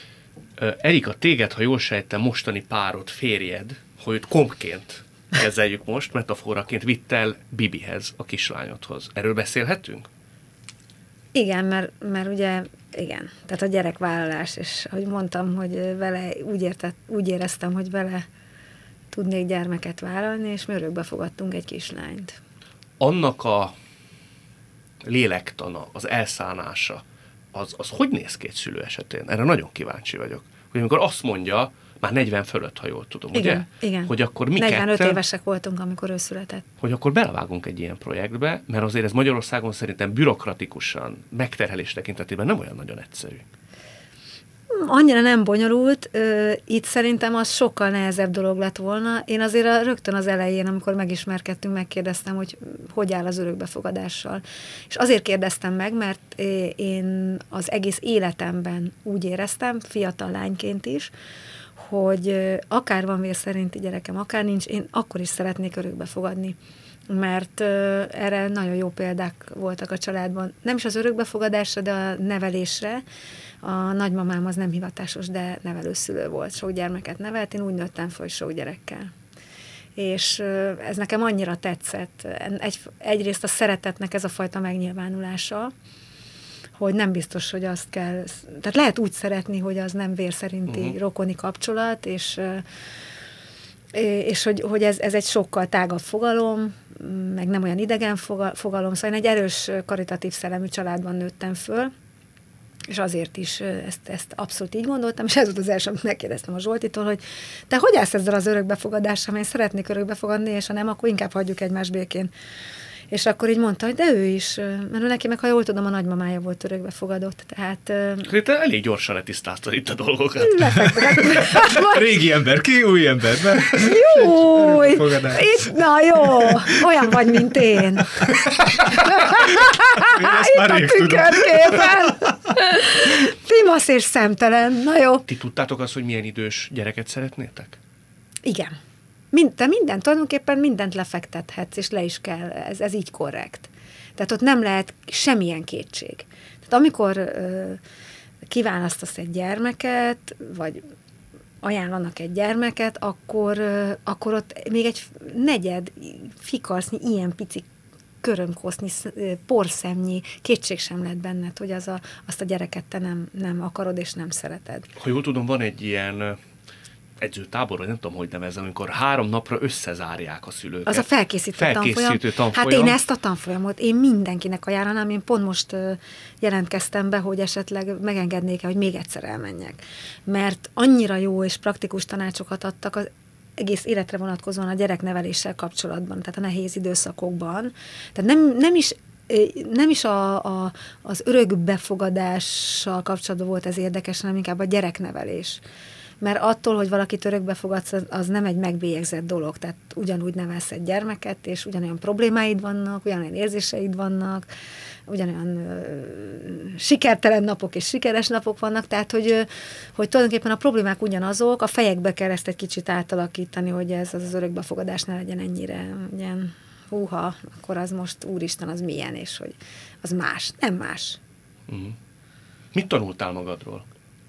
Erika, téged, ha jól sejtem, mostani párod, férjed, hogy őt kompként kezeljük most, metaforaként vitt el Bibihez, a kislányodhoz. Erről beszélhetünk? Igen, mert, mert ugye, igen, tehát a gyerekvállalás, és ahogy mondtam, hogy vele úgy, értett, úgy éreztem, hogy vele tudnék gyermeket vállalni, és mi örökbe fogadtunk egy kislányt. Annak a lélektana, az elszánása, az, az hogy néz ki egy szülő esetén? Erre nagyon kíváncsi vagyok. Hogy amikor azt mondja, már negyven fölött, ha jól tudom, igen, ugye? Igen, hogy akkor mi negyvenöt ketten, évesek voltunk, amikor ő született. Hogy akkor belevágunk egy ilyen projektbe, mert azért ez Magyarországon szerintem bürokratikusan, megterhelés tekintetében nem olyan nagyon egyszerű. Annyira nem bonyolult, itt szerintem az sokkal nehezebb dolog lett volna. Én azért rögtön az elején, amikor megismerkedtünk, megkérdeztem, hogy hogy áll az örökbefogadással. És azért kérdeztem meg, mert én az egész életemben úgy éreztem, fiatal lányként is, hogy akár van vér szerinti gyerekem, akár nincs, én akkor is szeretnék örökbefogadni. Mert erre nagyon jó példák voltak a családban. Nem is az örökbefogadásra, de a nevelésre. A nagymamám az nem hivatásos, de nevelőszülő volt. Sok gyermeket nevelt, én úgy nőttem fel, sok gyerekkel. És ez nekem annyira tetszett. Egy, egyrészt a szeretetnek ez a fajta megnyilvánulása, hogy nem biztos, hogy azt kell... Tehát lehet úgy szeretni, hogy az nem vér szerinti uh-huh. rokoni kapcsolat, és... és hogy, hogy ez, ez egy sokkal tágabb fogalom, meg nem olyan idegen fogalom, szóval én egy erős karitatív szellemű családban nőttem föl, és azért is ezt, ezt abszolút így gondoltam, és ez volt az első, amit megkérdeztem a Zsoltitól, hogy te hogy állsz ezzel az örökbefogadással, mert én szeretnék örökbefogadni, és ha nem, akkor inkább hagyjuk egymás békén. És akkor így mondta, hogy de ő is, mert ő neki meg, ha jól tudom, a nagymamája volt örökbefogadott, tehát... Te elég gyorsan letisztáztad itt a dolgokat. Régi ember ki, új ember. Jó, itt, na jó, olyan vagy, mint én. Itt a tükörképen. Timasz és szemtelen, na jó. Ti tudtátok azt, hogy milyen idős gyereket szeretnétek? Igen. Mind, te mindent, tulajdonképpen mindent lefektethetsz, és le is kell, ez, ez így korrekt. Tehát ott nem lehet semmilyen kétség. Tehát amikor ö, kiválasztasz egy gyermeket, vagy ajánlanak egy gyermeket, akkor, ö, akkor ott még egy negyed fikarsznyi, ilyen pici körömkosznyi, porszemnyi kétség sem lett benned, hogy az a, azt a gyereket te nem, nem akarod és nem szereted. Ha jól tudom, van egy ilyen edzőtábor, vagy nem tudom, hogy nevezem, amikor három napra összezárják a szülőket. Az a felkészítő, felkészítő tanfolyam. tanfolyam. Hát én ezt a tanfolyamot, én mindenkinek ajánlanám, én pont most uh, jelentkeztem be, hogy esetleg megengednék-e, hogy még egyszer elmenjek. Mert annyira jó és praktikus tanácsokat adtak az egész életre vonatkozóan a gyerekneveléssel kapcsolatban, tehát a nehéz időszakokban. Tehát nem, nem is nem is a, a, az örökbefogadással kapcsolatban volt ez érdekes, hanem inkább a gyereknevelés. mert attól, hogy valakit örökbe fogadsz, az nem egy megbélyegzett dolog, tehát ugyanúgy nevelsz egy gyermeket, és ugyanolyan problémáid vannak, ugyanolyan érzéseid vannak, ugyanolyan ö, sikertelen napok és sikeres napok vannak, tehát hogy, ö, hogy tulajdonképpen a problémák ugyanazok, a fejekbe kell ezt egy kicsit átalakítani, hogy ez az, az örökbefogadás ne legyen ennyire ilyen, húha, akkor az most, úristen, az milyen, és hogy az más, nem más. Uh-huh. Mit tanultál magadról?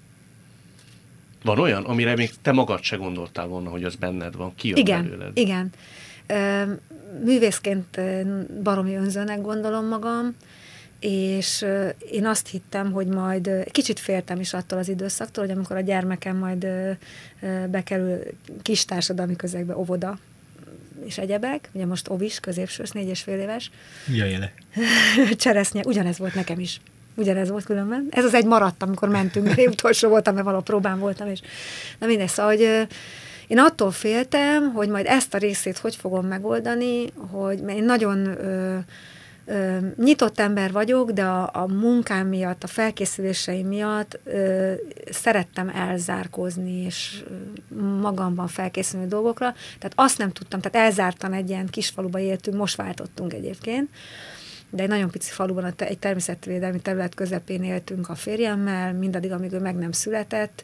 Van olyan, amire még te magad se gondoltál volna, hogy az benned van, kijön igen, belőled? Igen, igen. Művészként baromi önzőnek gondolom magam, és én azt hittem, hogy majd, kicsit féltem is attól az időszaktól, hogy amikor a gyermekem majd bekerül kis társadalmi közegbe, óvoda, és egyebek, ugye most ovis, középsős, négy és fél éves. Mi a jele? Cseresznye, ugyanez volt nekem is. Ugyanez volt különben. Ez az egy maradt, amikor mentünk, mert én utolsó voltam, mert valahol próbán voltam, és na mindegy, szóval, hogy én attól féltem, hogy majd ezt a részét hogy fogom megoldani, hogy mert én nagyon ö, ö, nyitott ember vagyok, de a, a munkám miatt, a felkészüléseim miatt ö, szerettem elzárkózni, és magamban felkészülni dolgokra. Tehát azt nem tudtam, tehát elzártan egy ilyen kisfaluba éltünk, most váltottunk egyébként, de egy nagyon pici faluban, egy természetvédelmi terület közepén éltünk a férjemmel, mindaddig, amíg ő meg nem született,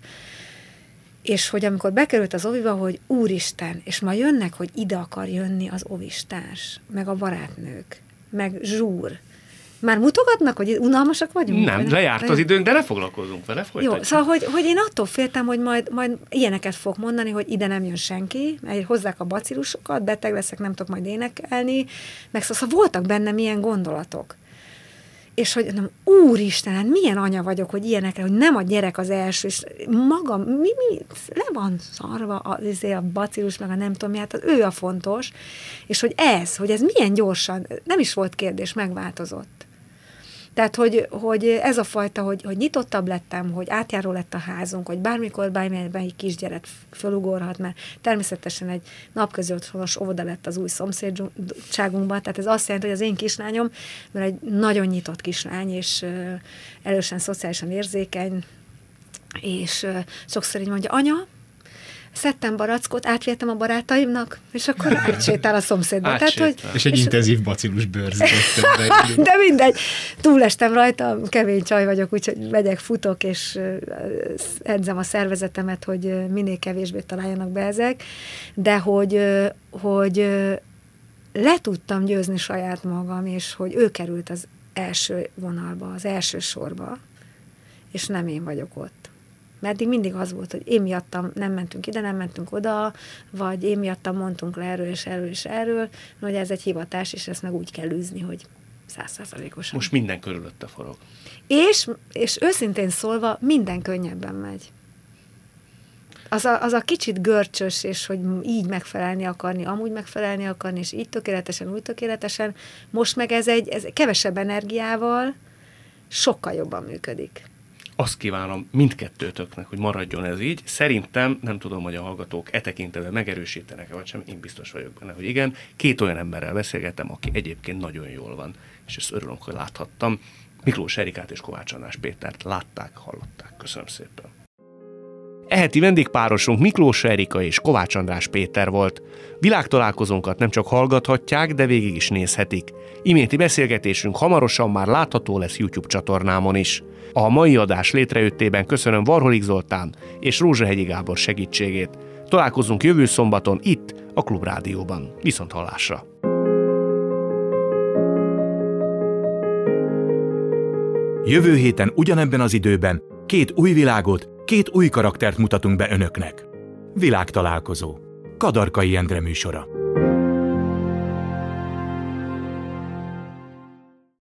és hogy amikor bekerült az oviba, hogy úristen, és ma jönnek, hogy ide akar jönni az ovistárs, meg a barátnők, meg zsúr. Már mutogatnak, hogy unalmasak vagyunk? Nem, lejárt az időnk, de ne foglalkozunk vele, folytatjuk. Jó, szóval, hogy, hogy én attól féltem, hogy majd, majd ilyeneket fog mondani, hogy ide nem jön senki, mert hozzák a bacillusokat, beteg leszek, nem tudok majd énekelni, meg szóval voltak bennem ilyen gondolatok. És hogy nem, úristen, hát milyen anya vagyok, hogy ilyenekre, hogy nem a gyerek az első, és magam, mi, mi, le van szarva a, a bacillus, meg a nem tudom mi, hát az ő a fontos, és hogy ez, hogy ez milyen gyorsan, nem is volt kérdés, megváltozott. Tehát, hogy, hogy ez a fajta, hogy, hogy nyitottabb lettem, hogy átjáró lett a házunk, hogy bármikor bármelyik kisgyerek fölugorhat, mert természetesen egy napközi otthonos óvoda lett az új szomszédságunkban, tehát ez azt jelenti, hogy az én kislányom, mert egy nagyon nyitott kislány, és erősen szociálisan érzékeny, és sokszor így mondja, anya, szedtem barackot, átvihetem a barátaimnak, és akkor átsétál a szomszédba. Tehát, hogy, és egy és intenzív bacillus bőrzet. De mindegy, túlestem rajta, kemény csaj vagyok, úgyhogy megyek, futok, és edzem a szervezetemet, hogy minél kevésbé találjanak be ezek, de hogy, hogy le tudtam győzni saját magam, és hogy ő került az első vonalba, az első sorba, és nem én vagyok ott. Mert eddig mindig az volt, hogy én miattam nem mentünk ide, nem mentünk oda, vagy én miattam mondtunk le erről és erről és erről, hogy ez egy hivatás, és ezt meg úgy kell űzni, hogy száz százalékosan. Most minden körülötte forog. És, és őszintén szólva, minden könnyebben megy. Az a, az a kicsit görcsös, és hogy így megfelelni akarni, amúgy megfelelni akarni, és így tökéletesen, úgy tökéletesen, most meg ez egy ez kevesebb energiával sokkal jobban működik. Azt kívánom mindkettőtöknek, hogy maradjon ez így. Szerintem, nem tudom, hogy a hallgatók e tekintetben megerősítenek-e, vagy sem, én biztos vagyok benne, hogy igen. Két olyan emberrel beszélgettem, aki egyébként nagyon jól van, és ezt örülök, hogy láthattam. Miklós Erikát és Kovács András Pétert látták, hallották. Köszönöm szépen. E heti vendégpárosunk Miklós Erika és Kovács András Péter volt. Világtalálkozónkat nem csak hallgathatják, de végig is nézhetik. Iménti beszélgetésünk hamarosan már látható lesz YouTube csatornámon is. A mai adás létrejöttében köszönöm Varholik Zoltán és Rózsahegyi Gábor segítségét. Találkozunk jövő szombaton itt, a Klubrádióban. Viszont hallásra! Jövő héten ugyanebben az időben két új világot, két új karaktert mutatunk be önöknek. Világtalálkozó. Kadarkai Endre műsora.